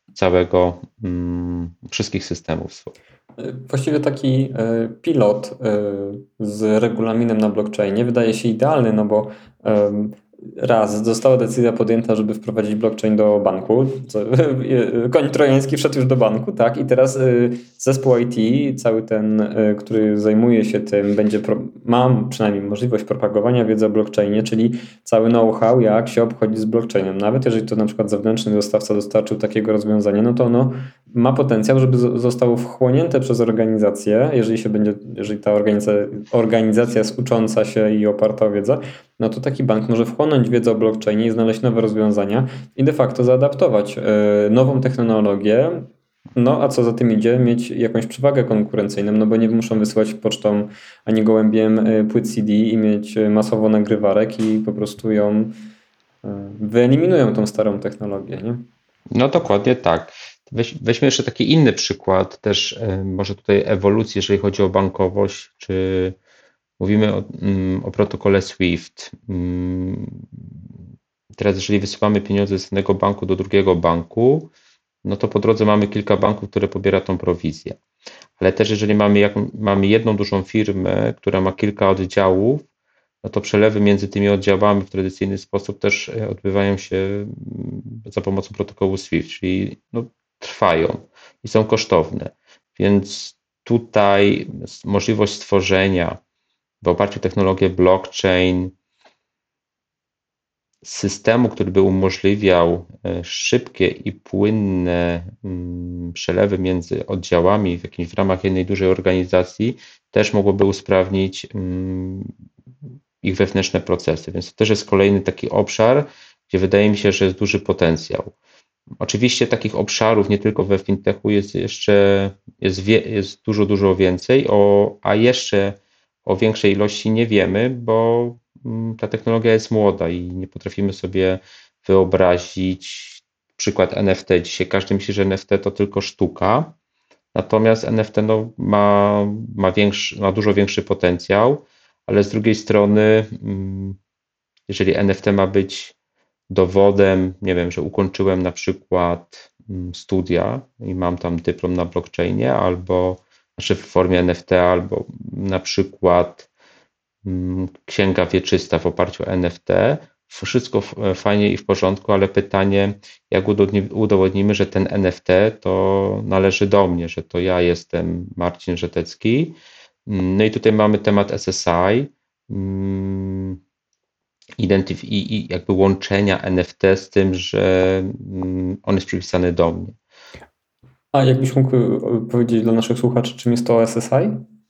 całego, wszystkich systemów. Właściwie taki pilot z regulaminem na blockchainie wydaje się idealny, no bo raz została decyzja podjęta, żeby wprowadzić blockchain do banku. Koń trojański wszedł już do banku, tak? I teraz zespół IT, cały ten, który zajmuje się tym, mam przynajmniej możliwość propagowania wiedzy o blockchainie, czyli cały know-how, jak się obchodzić z blockchainem. Nawet jeżeli to na przykład zewnętrzny dostawca dostarczył takiego rozwiązania, no to ono ma potencjał, żeby zostało wchłonięte przez organizację, jeżeli ta organizacja jest ucząca się i oparta o wiedzę, no to taki bank może wchłonąć wiedzę o blockchainie i znaleźć nowe rozwiązania i de facto zaadaptować nową technologię, no a co za tym idzie, mieć jakąś przewagę konkurencyjną, no bo nie muszą wysyłać pocztą ani gołębiem płyt CD i mieć masowo nagrywarek i po prostu ją wyeliminują tą starą technologię, nie? No dokładnie tak. Weźmy jeszcze taki inny przykład, też może tutaj ewolucji, jeżeli chodzi o bankowość, czy mówimy o protokole SWIFT. Teraz jeżeli wysyłamy pieniądze z jednego banku do drugiego banku, no to po drodze mamy kilka banków, które pobiera tą prowizję. Ale też jeżeli mamy jedną dużą firmę, która ma kilka oddziałów, no to przelewy między tymi oddziałami w tradycyjny sposób też odbywają się za pomocą protokołu SWIFT, czyli trwają i są kosztowne. Więc tutaj możliwość stworzenia w oparciu o technologię blockchain systemu, który by umożliwiał szybkie i płynne przelewy między oddziałami w ramach jednej dużej organizacji, też mogłoby usprawnić ich wewnętrzne procesy. Więc to też jest kolejny taki obszar, gdzie wydaje mi się, że jest duży potencjał. Oczywiście takich obszarów nie tylko we fintechu jest dużo więcej, a jeszcze o większej ilości nie wiemy, bo ta technologia jest młoda i nie potrafimy sobie wyobrazić. Przykład NFT. Dzisiaj każdy myśli, że NFT to tylko sztuka, natomiast NFT ma dużo większy potencjał, ale z drugiej strony, jeżeli NFT ma być dowodem, nie wiem, że ukończyłem na przykład studia i mam tam dyplom na blockchainie, w formie NFT, albo na przykład księga wieczysta w oparciu o NFT, wszystko fajnie i w porządku, ale pytanie, jak udowodnimy, że ten NFT to należy do mnie, że to ja jestem Marcin Żetecki. No i tutaj mamy temat SSI i jakby łączenia NFT z tym, że on jest przypisany do mnie. A jakbyś mógł powiedzieć dla naszych słuchaczy, czym jest to SSI?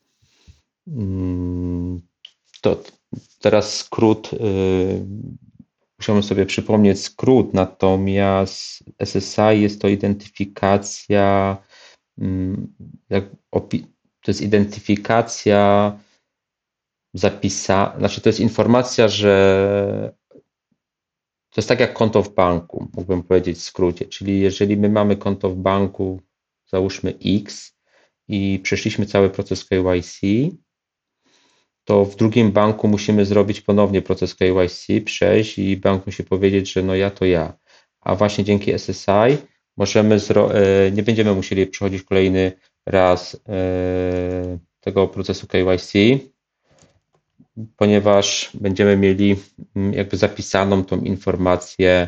To teraz skrót, musiałem sobie przypomnieć skrót, natomiast SSI jest to identyfikacja, to jest identyfikacja to jest informacja, że to jest tak jak konto w banku, mógłbym powiedzieć w skrócie, czyli jeżeli my mamy konto w banku, załóżmy X i przeszliśmy cały proces KYC, to w drugim banku musimy zrobić ponownie proces KYC, przejść i bank musi powiedzieć, że no ja to ja. A właśnie dzięki SSI nie będziemy musieli przechodzić kolejny raz tego procesu KYC, ponieważ będziemy mieli jakby zapisaną tą informację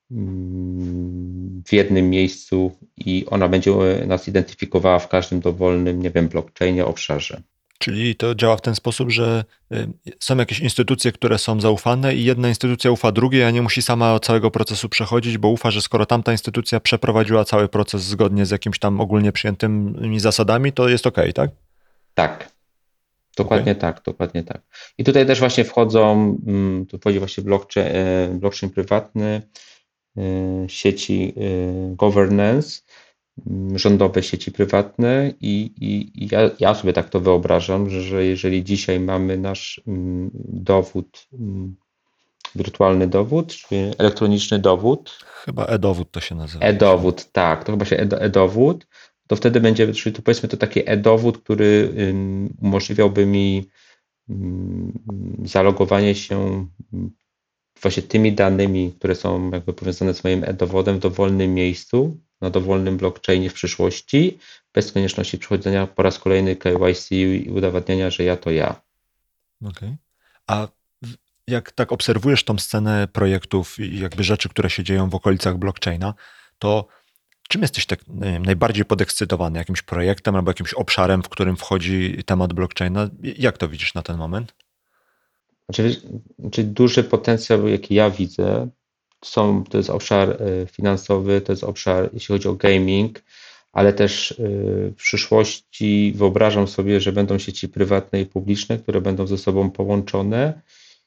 w jednym miejscu i ona będzie nas identyfikowała w każdym dowolnym, nie wiem, blockchainie, obszarze. Czyli to działa w ten sposób, że są jakieś instytucje, które są zaufane i jedna instytucja ufa drugiej, a nie musi sama całego procesu przechodzić, bo ufa, że skoro tamta instytucja przeprowadziła cały proces zgodnie z jakimiś tam ogólnie przyjętymi zasadami, to jest okej, tak? Tak. Dokładnie tak, dokładnie tak. I tutaj też właśnie tu wchodzi właśnie blockchain prywatny, sieci governance, rządowe sieci prywatne i ja sobie tak to wyobrażam, że jeżeli dzisiaj mamy nasz dowód, wirtualny dowód, czy elektroniczny dowód. Chyba e-dowód to się nazywa. E-dowód, tak, to chyba się e-dowód, to wtedy będzie, czyli tu powiedzmy to taki e-dowód, który umożliwiałby mi zalogowanie się właśnie tymi danymi, które są jakby powiązane z moim e-dowodem w dowolnym miejscu na dowolnym blockchainie w przyszłości, bez konieczności przechodzenia po raz kolejny KYC i udowadniania, że ja to ja. Okej. A jak tak obserwujesz tą scenę projektów i jakby rzeczy, które się dzieją w okolicach blockchaina, to czym jesteś tak nie wiem, najbardziej podekscytowany? Jakimś projektem albo jakimś obszarem, w którym wchodzi temat blockchaina? Jak to widzisz na ten moment? Znaczy duży potencjał, jaki ja widzę, to jest obszar finansowy, to jest obszar, jeśli chodzi o gaming, ale też w przyszłości wyobrażam sobie, że będą sieci prywatne i publiczne, które będą ze sobą połączone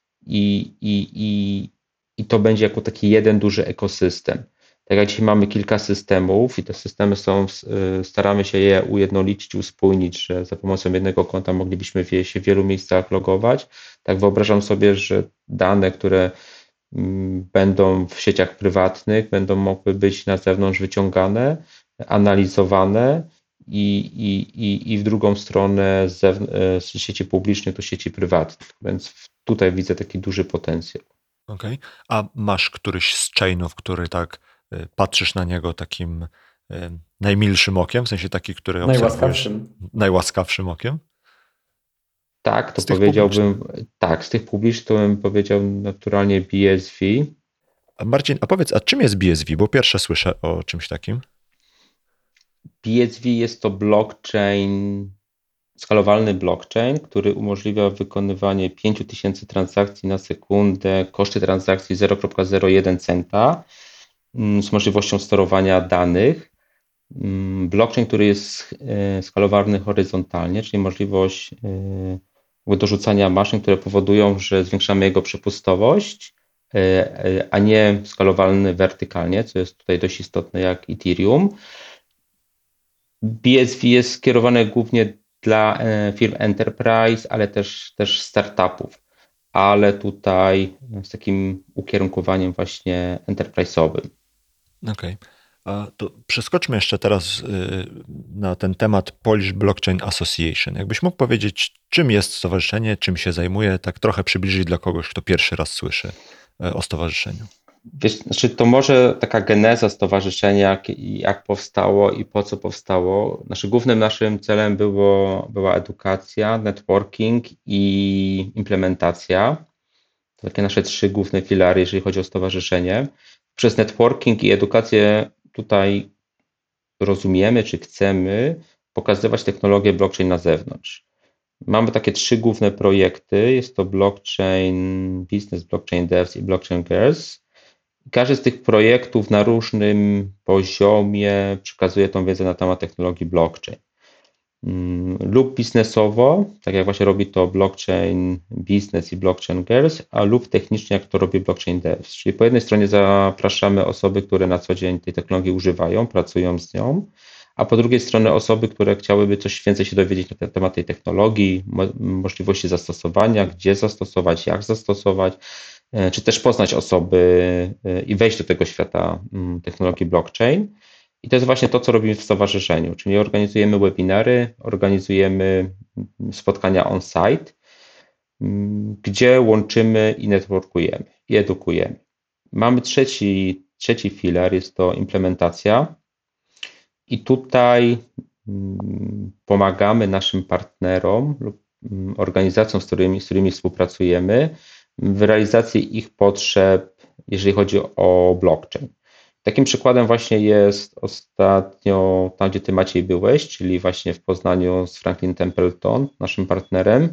i to będzie jako taki jeden duży ekosystem. Tak jak dzisiaj mamy kilka systemów i te systemy staramy się je ujednolicić, uspójnić, że za pomocą jednego konta moglibyśmy się w wielu miejscach logować. Tak wyobrażam sobie, że dane, które będą w sieciach prywatnych, będą mogły być na zewnątrz wyciągane, analizowane i w drugą stronę z sieci publicznych do sieci prywatnych. Więc tutaj widzę taki duży potencjał. Okej. A masz któryś z chainów, który tak patrzysz na niego takim najmilszym okiem, w sensie taki, który obserwujesz najłaskawszym okiem? Tak, to powiedziałbym, z tych publicznych to bym powiedział naturalnie BSV. Marcin, a powiedz, a czym jest BSV? Bo pierwsze słyszę o czymś takim. BSV jest to skalowalny blockchain, który umożliwia wykonywanie 5000 transakcji na sekundę, koszty transakcji 0,01 centa z możliwością sterowania danych. Blockchain, który jest skalowalny horyzontalnie, czyli możliwość dorzucania maszyn, które powodują, że zwiększamy jego przepustowość, a nie skalowalny wertykalnie, co jest tutaj dość istotne jak Ethereum. BSV jest skierowane głównie dla firm enterprise, ale też startupów, ale tutaj z takim ukierunkowaniem właśnie enterprise'owym. Okej. To przeskoczmy jeszcze teraz na ten temat Polish Blockchain Association. Jakbyś mógł powiedzieć, czym jest stowarzyszenie, czym się zajmuje, tak trochę przybliżyć dla kogoś, kto pierwszy raz słyszy o stowarzyszeniu. Znaczy to może taka geneza stowarzyszenia, jak powstało i po co powstało. Głównym naszym celem była edukacja, networking i implementacja. To takie nasze 3 główne filary, jeżeli chodzi o stowarzyszenie. Przez networking i edukację tutaj rozumiemy, czy chcemy pokazywać technologię blockchain na zewnątrz. Mamy takie 3 główne projekty. Jest to Blockchain Business, Blockchain Devs i Blockchain Girls. Każdy z tych projektów na różnym poziomie przekazuje tą wiedzę na temat technologii blockchain. Lub biznesowo, tak jak właśnie robi to Blockchain Business i Blockchain Girls, a lub technicznie, jak to robi Blockchain Devs. Czyli po jednej stronie zapraszamy osoby, które na co dzień tej technologii używają, pracują z nią, a po drugiej stronie osoby, które chciałyby coś więcej się dowiedzieć na temat tej technologii, możliwości zastosowania, gdzie zastosować, jak zastosować, czy też poznać osoby i wejść do tego świata technologii blockchain. I to jest właśnie to, co robimy w stowarzyszeniu, czyli organizujemy webinary, organizujemy spotkania on-site, gdzie łączymy i networkujemy, i edukujemy. Mamy trzeci filar, jest to implementacja i tutaj pomagamy naszym partnerom lub organizacjom, z którymi współpracujemy, w realizacji ich potrzeb, jeżeli chodzi o blockchain. Takim przykładem właśnie jest ostatnio tam, gdzie ty Maciej byłeś, czyli właśnie w Poznaniu z Franklin Templeton, naszym partnerem.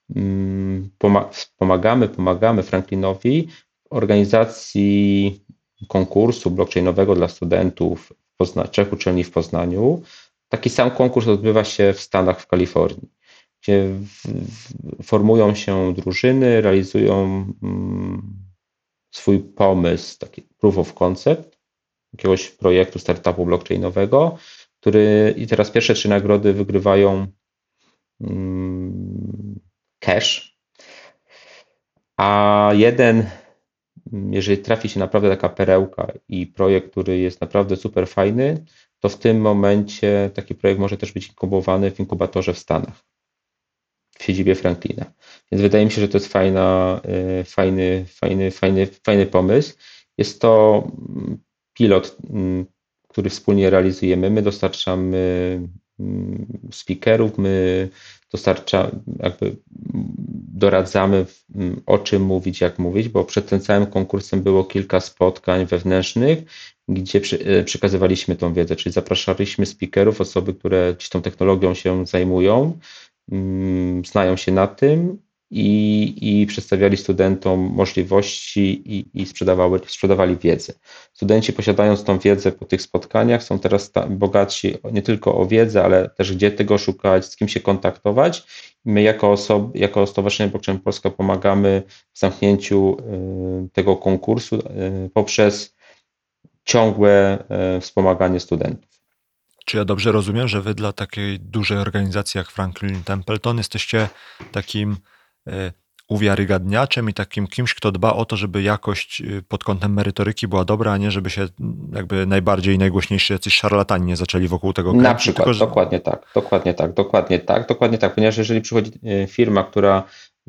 Pomagamy Franklinowi w organizacji konkursu blockchainowego dla studentów 3 uczelni w Poznaniu. Taki sam konkurs odbywa się w Stanach, w Kalifornii, gdzie formują się drużyny, realizują swój pomysł, taki proof of concept, jakiegoś projektu startupu blockchainowego, i teraz pierwsze 3 nagrody wygrywają cash, a jeżeli trafi się naprawdę taka perełka i projekt, który jest naprawdę super fajny, to w tym momencie taki projekt może też być inkubowany w inkubatorze w Stanach, w siedzibie Franklina. Więc wydaje mi się, że to jest fajny pomysł. Jest to pilot, który wspólnie realizujemy. My dostarczamy speakerów, my doradzamy, o czym mówić, jak mówić, bo przed tym całym konkursem było kilka spotkań wewnętrznych, gdzie przekazywaliśmy tą wiedzę, czyli zapraszaliśmy speakerów, osoby, które tą technologią się zajmują, znają się na tym i przedstawiali studentom możliwości i sprzedawali wiedzę. Studenci, posiadając tą wiedzę po tych spotkaniach, są teraz bogatsi nie tylko o wiedzę, ale też gdzie tego szukać, z kim się kontaktować. My jako Stowarzyszenie Blockchain Polska pomagamy w zamknięciu tego konkursu poprzez ciągłe wspomaganie studentów. Czy ja dobrze rozumiem, że wy dla takiej dużej organizacji jak Franklin Templeton jesteście takim uwiarygadniaczem i takim kimś, kto dba o to, żeby jakość pod kątem merytoryki była dobra, a nie żeby się jakby najbardziej i najgłośniejsi jacyś szarlatani nie zaczęli wokół tego kręcić? Na przykład, tylko, dokładnie tak, ponieważ jeżeli przychodzi firma, która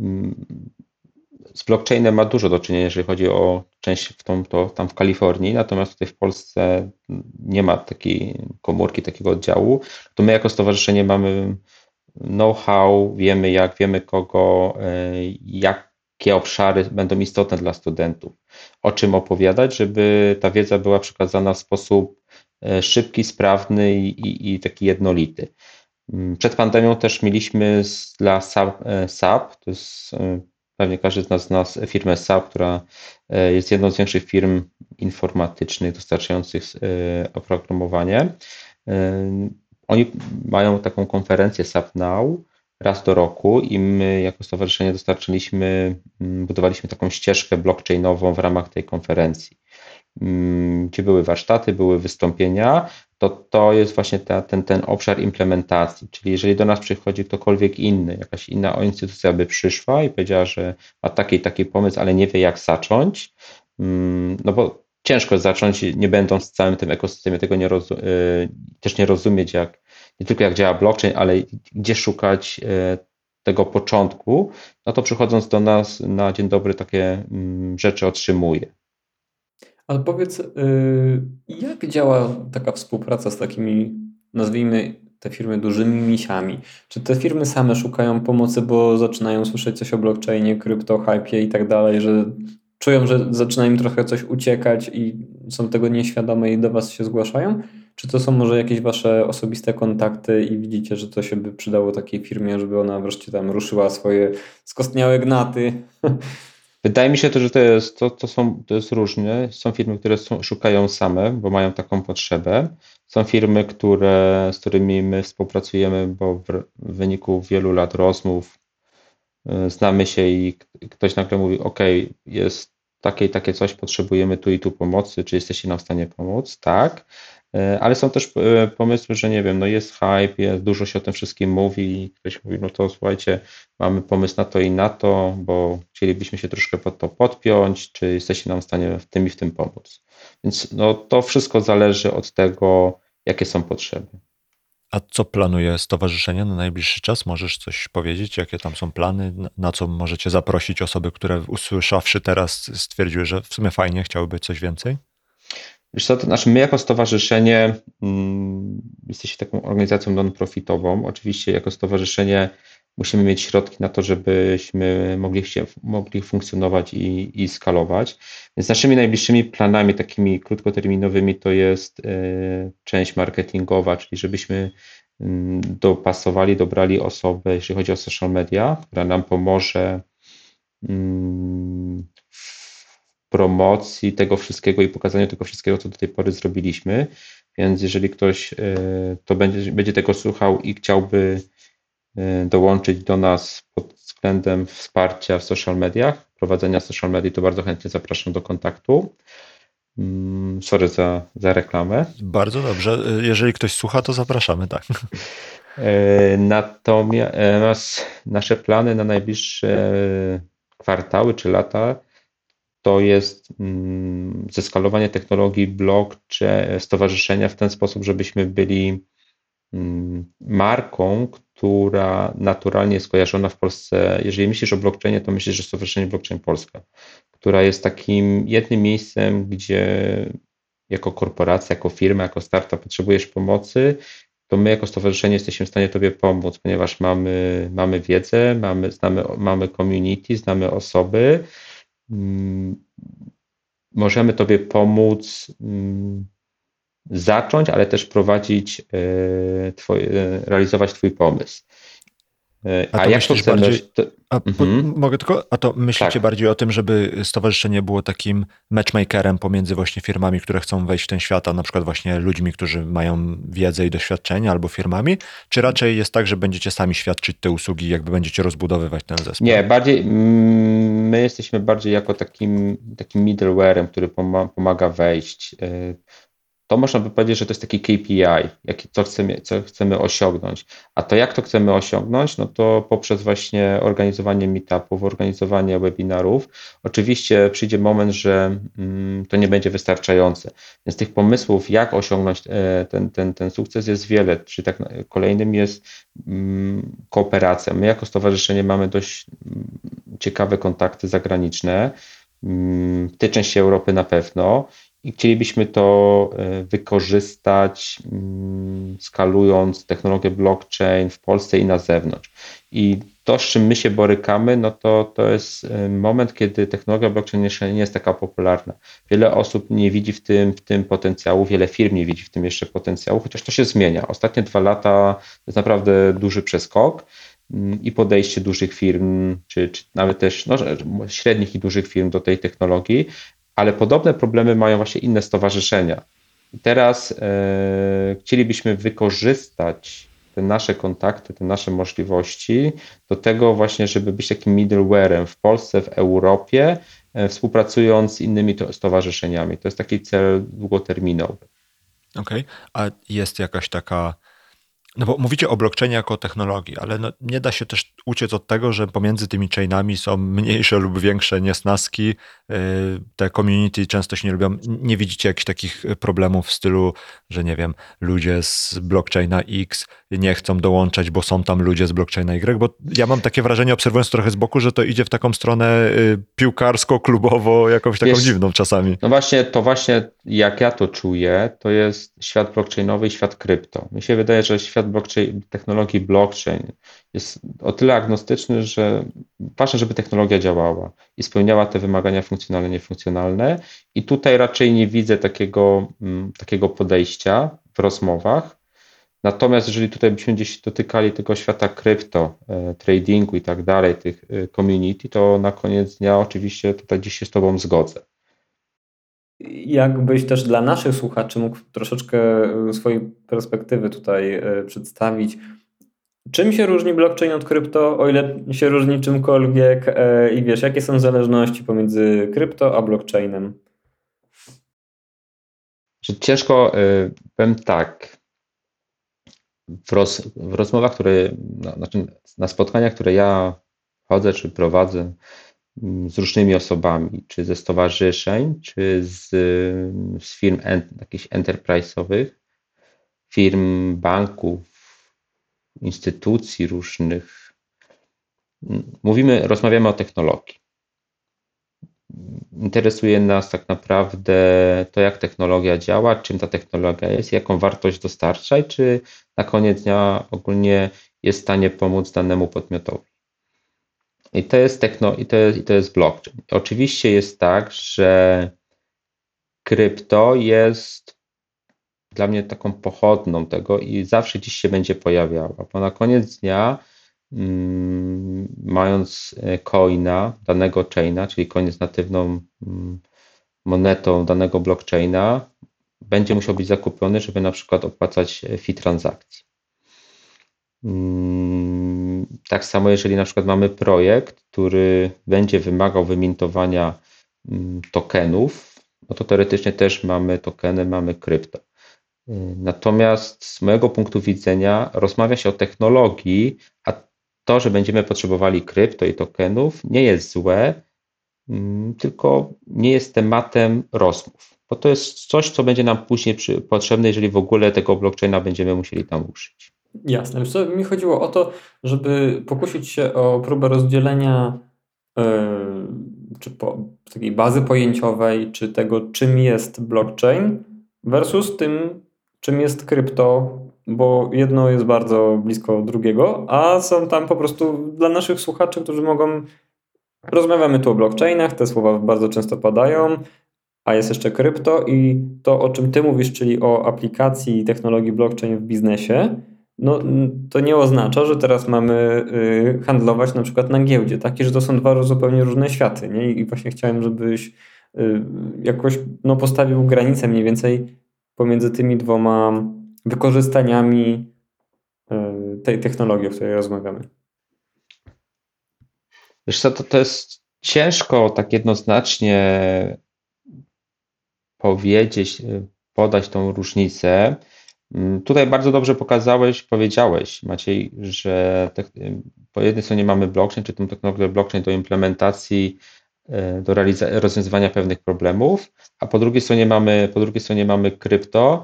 z blockchainem ma dużo do czynienia, jeżeli chodzi o część tam w Kalifornii, natomiast tutaj w Polsce nie ma takiej komórki, takiego oddziału, to my jako stowarzyszenie mamy know-how, wiemy jak, wiemy kogo, jakie obszary będą istotne dla studentów, o czym opowiadać, żeby ta wiedza była przekazana w sposób szybki, sprawny i taki jednolity. Przed pandemią też mieliśmy dla SAP, to jest pewnie każdy z nas zna firmę SAP, która jest jedną z większych firm informatycznych dostarczających oprogramowanie. Oni mają taką konferencję SAP Now raz do roku i my jako stowarzyszenie budowaliśmy taką ścieżkę blockchainową w ramach tej konferencji, gdzie były warsztaty, były wystąpienia. To jest właśnie ten obszar implementacji, czyli jeżeli do nas przychodzi ktokolwiek inny, jakaś inna instytucja by przyszła i powiedziała, że ma taki pomysł, ale nie wie jak zacząć, no bo ciężko zacząć, nie będąc w całym tym ekosystemie, tego też nie rozumieć, nie tylko jak działa blockchain, ale gdzie szukać tego początku, no to przychodząc do nas na dzień dobry takie rzeczy otrzymuje. Ale powiedz, jak działa taka współpraca z takimi, nazwijmy te firmy dużymi misiami? Czy te firmy same szukają pomocy, bo zaczynają słyszeć coś o blockchainie, krypto, hypie i tak dalej, że czują, że zaczyna im trochę coś uciekać i są tego nieświadome i do was się zgłaszają? Czy to są może jakieś wasze osobiste kontakty i widzicie, że to się by przydało takiej firmie, żeby ona wreszcie tam ruszyła swoje skostniałe gnaty? Wydaje mi się to, że to jest różne. Są firmy, które szukają same, bo mają taką potrzebę. Są firmy, z którymi my współpracujemy, bo w wyniku wielu lat rozmów znamy się i ktoś nagle mówi, OK, jest takie i takie coś, potrzebujemy tu i tu pomocy, czy jesteście nam w stanie pomóc? Tak. Ale są też pomysły, że nie wiem, no jest hype, dużo się o tym wszystkim mówi i ktoś mówi, no to słuchajcie, mamy pomysł na to i na to, bo chcielibyśmy się troszkę pod to podpiąć, czy jesteście nam w stanie w tym i w tym pomóc. Więc no, to wszystko zależy od tego, jakie są potrzeby. A co planuje stowarzyszenie na najbliższy czas? Możesz coś powiedzieć? Jakie tam są plany? Na co możecie zaprosić osoby, które usłyszawszy teraz stwierdziły, że w sumie fajnie, chciałyby coś więcej? Wiesz co, to znaczy my jako stowarzyszenie jesteśmy taką organizacją non-profitową. Oczywiście jako stowarzyszenie musimy mieć środki na to, żebyśmy mogli funkcjonować i skalować. Więc naszymi najbliższymi planami takimi krótkoterminowymi to jest część marketingowa, czyli żebyśmy dobrali osobę, jeśli chodzi o social media, która nam pomoże promocji tego wszystkiego i pokazaniu tego wszystkiego, co do tej pory zrobiliśmy. Więc jeżeli ktoś to będzie tego słuchał i chciałby dołączyć do nas pod względem wsparcia w social mediach, prowadzenia social media, to bardzo chętnie zapraszam do kontaktu. Sorry za reklamę. Bardzo dobrze. Jeżeli ktoś słucha, to zapraszamy, tak. Natomiast nasze plany na najbliższe kwartały czy lata to jest zeskalowanie technologii blockchain stowarzyszenia w ten sposób, żebyśmy byli marką, która naturalnie jest kojarzona w Polsce. Jeżeli myślisz o blockchainie, to myślisz, że Stowarzyszenie Blockchain Polska, która jest takim jednym miejscem, gdzie jako korporacja, jako firma, jako startup potrzebujesz pomocy, to my jako stowarzyszenie jesteśmy w stanie Tobie pomóc, ponieważ mamy wiedzę, mamy community, znamy osoby, możemy Tobie pomóc zacząć, ale też prowadzić, realizować Twój pomysł. A to jak to myślisz chcemy? bardziej, mogę tylko, a to myślicie Tak. bardziej o tym, żeby stowarzyszenie było takim matchmakerem pomiędzy właśnie firmami, które chcą wejść w ten świat, a na przykład właśnie ludźmi, którzy mają wiedzę i doświadczenie, albo firmami? Czy raczej jest tak, że będziecie sami świadczyć te usługi, jakby będziecie rozbudowywać ten zespół? Nie, bardziej my jesteśmy bardziej jako takim middleware'em, który pomaga wejść. To można by powiedzieć, że to jest taki KPI, co chcemy osiągnąć. A to jak to chcemy osiągnąć? No to poprzez właśnie organizowanie meetupów, organizowanie webinarów. Oczywiście przyjdzie moment, że to nie będzie wystarczające. Więc tych pomysłów, jak osiągnąć ten sukces jest wiele. Czyli tak kolejnym jest kooperacja. My jako stowarzyszenie mamy dość ciekawe kontakty zagraniczne, w tej części Europy na pewno. I chcielibyśmy to wykorzystać, skalując technologię blockchain w Polsce i na zewnątrz. I to, z czym my się borykamy, no to jest moment, kiedy technologia blockchain jeszcze nie jest taka popularna. Wiele osób nie widzi w tym potencjału, wiele firm nie widzi w tym jeszcze potencjału, chociaż to się zmienia. Ostatnie 2 lata to jest naprawdę duży przeskok i podejście dużych firm, czy nawet też średnich i dużych firm do tej technologii. Ale podobne problemy mają właśnie inne stowarzyszenia. I teraz chcielibyśmy wykorzystać te nasze kontakty, te nasze możliwości do tego właśnie, żeby być takim middleware'em w Polsce, w Europie, współpracując z innymi stowarzyszeniami. To jest taki cel długoterminowy. Okej. A jest jakaś taka... No bo mówicie o blockchainie jako o technologii, ale no nie da się też uciec od tego, że pomiędzy tymi chainami są mniejsze lub większe niesnaski. Te community często się nie lubią. Nie widzicie jakichś takich problemów w stylu, że nie wiem, ludzie z blockchaina X nie chcą dołączać, bo są tam ludzie z blockchaina Y, bo ja mam takie wrażenie, obserwując trochę z boku, że to idzie w taką stronę piłkarsko-klubowo, jakąś taką dziwną czasami. No właśnie jak ja to czuję, to jest świat blockchainowy i świat krypto. Mi się wydaje, że świat technologii blockchain jest o tyle agnostyczny, że ważne, żeby technologia działała i spełniała te wymagania funkcjonalne, niefunkcjonalne. I tutaj raczej nie widzę takiego podejścia w rozmowach. Natomiast jeżeli tutaj byśmy gdzieś dotykali tego świata krypto, tradingu i tak dalej, tych community, to na koniec dnia oczywiście tutaj gdzieś się z Tobą zgodzę. Jakbyś też dla naszych słuchaczy mógł troszeczkę swojej perspektywy tutaj przedstawić, czym się różni blockchain od krypto, o ile się różni czymkolwiek i wiesz, jakie są zależności pomiędzy krypto a blockchainem? Że ciężko, powiem tak, w rozmowach, na spotkaniach, które ja chodzę czy prowadzę z różnymi osobami, czy ze stowarzyszeń, czy z firm jakichś enterprise'owych, firm, banków, instytucji różnych, rozmawiamy o technologii. Interesuje nas tak naprawdę to, jak technologia działa, czym ta technologia jest, jaką wartość dostarcza i czy na koniec dnia ogólnie jest w stanie pomóc danemu podmiotowi. I to jest blockchain. Oczywiście jest tak, że krypto jest dla mnie taką pochodną tego i zawsze gdzieś się będzie pojawiała, bo na koniec dnia mając coina danego chaina, czyli coin jest natywną monetą danego blockchaina, będzie musiał być zakupiony, żeby na przykład opłacać fee transakcji. Tak samo jeżeli na przykład mamy projekt, który będzie wymagał wymintowania tokenów, no to teoretycznie też mamy tokeny, mamy krypto. Natomiast z mojego punktu widzenia rozmawia się o technologii, a to, że będziemy potrzebowali krypto i tokenów nie jest złe, tylko nie jest tematem rozmów, bo to jest coś, co będzie nam później potrzebne, jeżeli w ogóle tego blockchaina będziemy musieli tam użyć. Jasne. Wiesz co, mi chodziło o to, żeby pokusić się o próbę rozdzielenia czy takiej bazy pojęciowej, czy tego, czym jest blockchain, versus tym, czym jest krypto, bo jedno jest bardzo blisko drugiego, a są tam po prostu dla naszych słuchaczy, którzy mogą... Rozmawiamy tu o blockchainach, te słowa bardzo często padają, a jest jeszcze krypto i to, o czym ty mówisz, czyli o aplikacji i technologii blockchain w biznesie, no to nie oznacza, że teraz mamy handlować na przykład na giełdzie, tak? I że to są dwa zupełnie różne światy, nie? I właśnie chciałem, żebyś jakoś postawił granicę mniej więcej pomiędzy tymi dwoma wykorzystaniami tej technologii, o której rozmawiamy. Wiesz co, to jest ciężko tak jednoznacznie powiedzieć, podać tą różnicę. Tutaj bardzo dobrze powiedziałeś, Maciej, że po jednej stronie mamy blockchain, czy tą technologię blockchain do implementacji, do rozwiązywania pewnych problemów, a po drugiej stronie mamy krypto,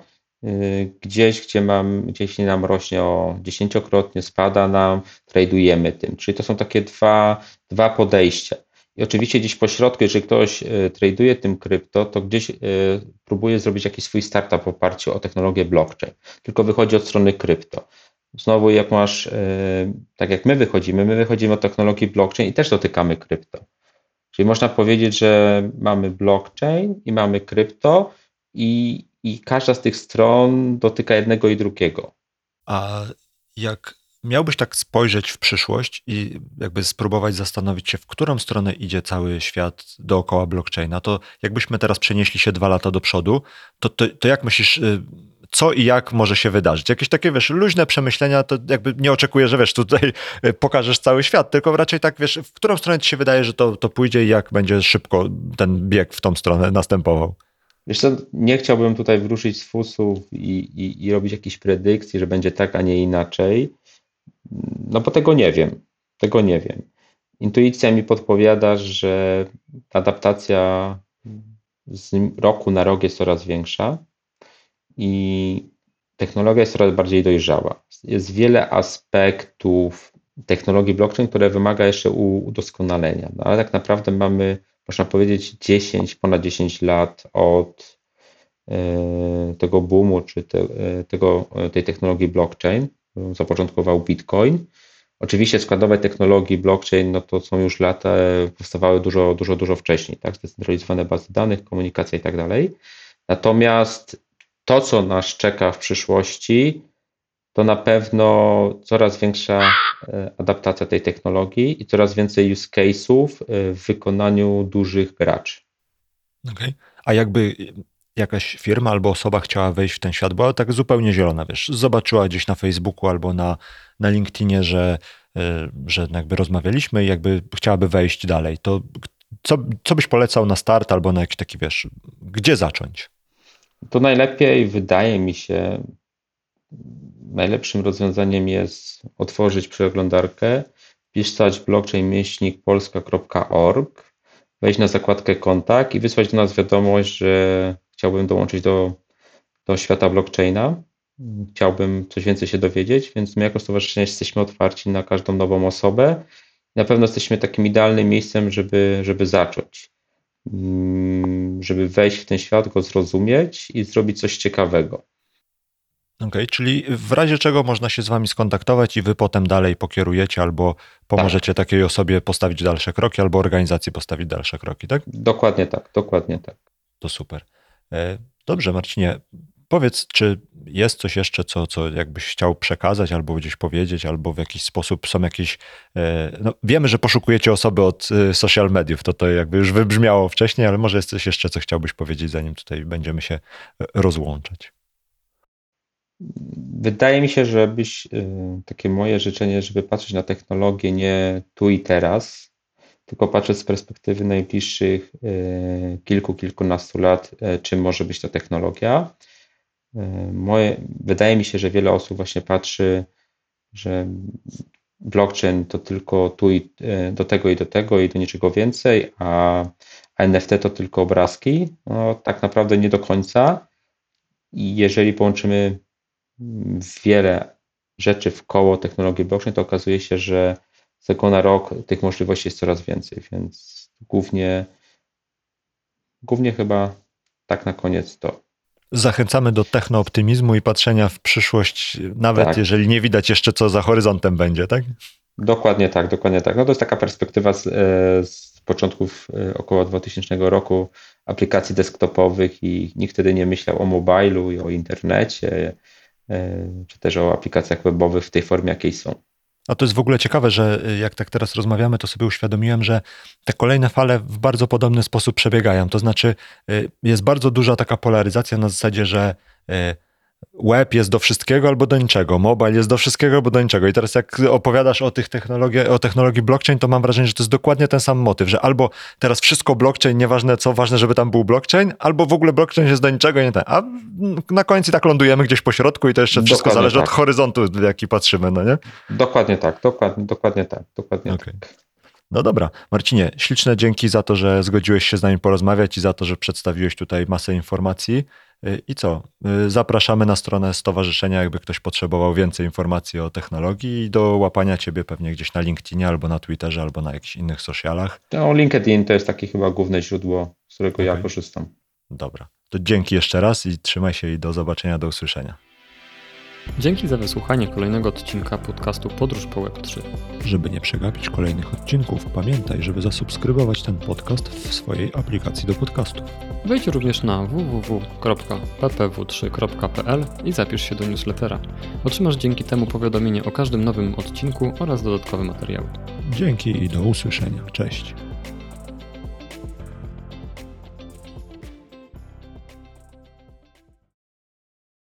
gdzieś nam rośnie o 10-krotnie, spada nam, tradujemy tym. Czyli to są takie dwa podejścia. I oczywiście gdzieś po środku, jeżeli ktoś traduje tym krypto, to gdzieś próbuje zrobić jakiś swój startup w oparciu o technologię blockchain, tylko wychodzi od strony krypto. Znowu jak masz, tak jak my wychodzimy od technologii blockchain i też dotykamy krypto. Czyli można powiedzieć, że mamy blockchain i mamy krypto i każda z tych stron dotyka jednego i drugiego. A jak miałbyś tak spojrzeć w przyszłość i jakby spróbować zastanowić się, w którą stronę idzie cały świat dookoła blockchaina, to jakbyśmy teraz przenieśli się 2 lata do przodu, to jak myślisz, co i jak może się wydarzyć? Jakieś takie, luźne przemyślenia, to jakby nie oczekuję, że tutaj pokażesz cały świat, tylko raczej tak, w którą stronę ci się wydaje, że to pójdzie i jak będzie szybko ten bieg w tą stronę następował? Wiesz co, nie chciałbym tutaj wrócić z fusów i robić jakichś predykcji, że będzie tak, a nie inaczej, no bo tego nie wiem. Intuicja mi podpowiada, że adaptacja z roku na rok jest coraz większa i technologia jest coraz bardziej dojrzała. Jest wiele aspektów technologii blockchain, które wymaga jeszcze udoskonalenia, no ale tak naprawdę mamy, można powiedzieć, ponad 10 lat od tego boomu, czy tej technologii blockchain, którą zapoczątkował Bitcoin. Oczywiście składowe technologii blockchain, no to są już lata, powstawały dużo wcześniej, tak? Zdecentralizowane bazy danych, komunikacja i tak dalej. Natomiast to, co nas czeka w przyszłości, to na pewno coraz większa adaptacja tej technologii i coraz więcej use case'ów w wykonaniu dużych graczy. Okej. A jakby jakaś firma albo osoba chciała wejść w ten świat, była tak zupełnie zielona, zobaczyła gdzieś na Facebooku albo na LinkedInie, że jakby rozmawialiśmy i jakby chciałaby wejść dalej, to co byś polecał na start albo na jakiś taki, gdzie zacząć? To najlepiej, wydaje mi się, najlepszym rozwiązaniem jest otworzyć przeglądarkę, wpisać blockchain-polska.org, wejść na zakładkę kontakt i wysłać do nas wiadomość, że chciałbym dołączyć do świata blockchaina. Chciałbym coś więcej się dowiedzieć, więc my jako stowarzyszenie jesteśmy otwarci na każdą nową osobę. Na pewno jesteśmy takim idealnym miejscem, żeby zacząć, żeby wejść w ten świat, go zrozumieć i zrobić coś ciekawego. Okej, czyli w razie czego można się z wami skontaktować i wy potem dalej pokierujecie albo pomożecie takiej osobie postawić dalsze kroki, albo organizacji postawić dalsze kroki, tak? Dokładnie tak. To super. Dobrze, Marcinie, powiedz, czy jest coś jeszcze, co jakbyś chciał przekazać, albo gdzieś powiedzieć, albo w jakiś sposób są jakieś... No, wiemy, że poszukujecie osoby od social mediów, to jakby już wybrzmiało wcześniej, ale może jest coś jeszcze, co chciałbyś powiedzieć, zanim tutaj będziemy się rozłączać. Wydaje mi się, że takie moje życzenie, żeby patrzeć na technologię nie tu i teraz, tylko patrzeć z perspektywy najbliższych kilkunastu lat, czym może być ta technologia. Wydaje mi się, że wiele osób właśnie patrzy, że blockchain to tylko do tego i do niczego więcej, a NFT to tylko obrazki. No, tak naprawdę nie do końca. I jeżeli połączymy wiele rzeczy w koło technologii blockchain, to okazuje się, że z roku na rok tych możliwości jest coraz więcej, więc głównie chyba tak na koniec to. Zachęcamy do technooptymizmu i patrzenia w przyszłość, nawet Tak. jeżeli nie widać jeszcze, co za horyzontem będzie, tak? Dokładnie tak, dokładnie tak. No to jest taka perspektywa z początków około 2000 roku aplikacji desktopowych i nikt wtedy nie myślał o mobilu i o internecie, czy też o aplikacjach webowych w tej formie, jakiej są. A to jest w ogóle ciekawe, że jak tak teraz rozmawiamy, to sobie uświadomiłem, że te kolejne fale w bardzo podobny sposób przebiegają. To znaczy jest bardzo duża taka polaryzacja na zasadzie, że web jest do wszystkiego albo do niczego, mobile jest do wszystkiego albo do niczego. I teraz jak opowiadasz o technologii blockchain, to mam wrażenie, że to jest dokładnie ten sam motyw, że albo teraz wszystko blockchain, nieważne co, ważne, żeby tam był blockchain, albo w ogóle blockchain jest do niczego i nie ten. A na końcu i tak lądujemy gdzieś po środku i to jeszcze wszystko Dokładnie zależy tak. od horyzontu, w jaki patrzymy, no nie? Dokładnie tak, dokładnie tak. Okay. No dobra. Marcinie, śliczne dzięki za to, że zgodziłeś się z nami porozmawiać i za to, że przedstawiłeś tutaj masę informacji. I co? Zapraszamy na stronę stowarzyszenia, jakby ktoś potrzebował więcej informacji o technologii i do łapania ciebie pewnie gdzieś na LinkedInie, albo na Twitterze, albo na jakichś innych socialach. No, LinkedIn to jest takie chyba główne źródło, z którego ja korzystam. Dobra. To dzięki jeszcze raz i trzymaj się i do zobaczenia, do usłyszenia. Dzięki za wysłuchanie kolejnego odcinka podcastu Podróż po Web3. Żeby nie przegapić kolejnych odcinków, pamiętaj, żeby zasubskrybować ten podcast w swojej aplikacji do podcastów. Wejdź również na www.ppw3.pl i zapisz się do newslettera. Otrzymasz dzięki temu powiadomienie o każdym nowym odcinku oraz dodatkowe materiały. Dzięki i do usłyszenia. Cześć.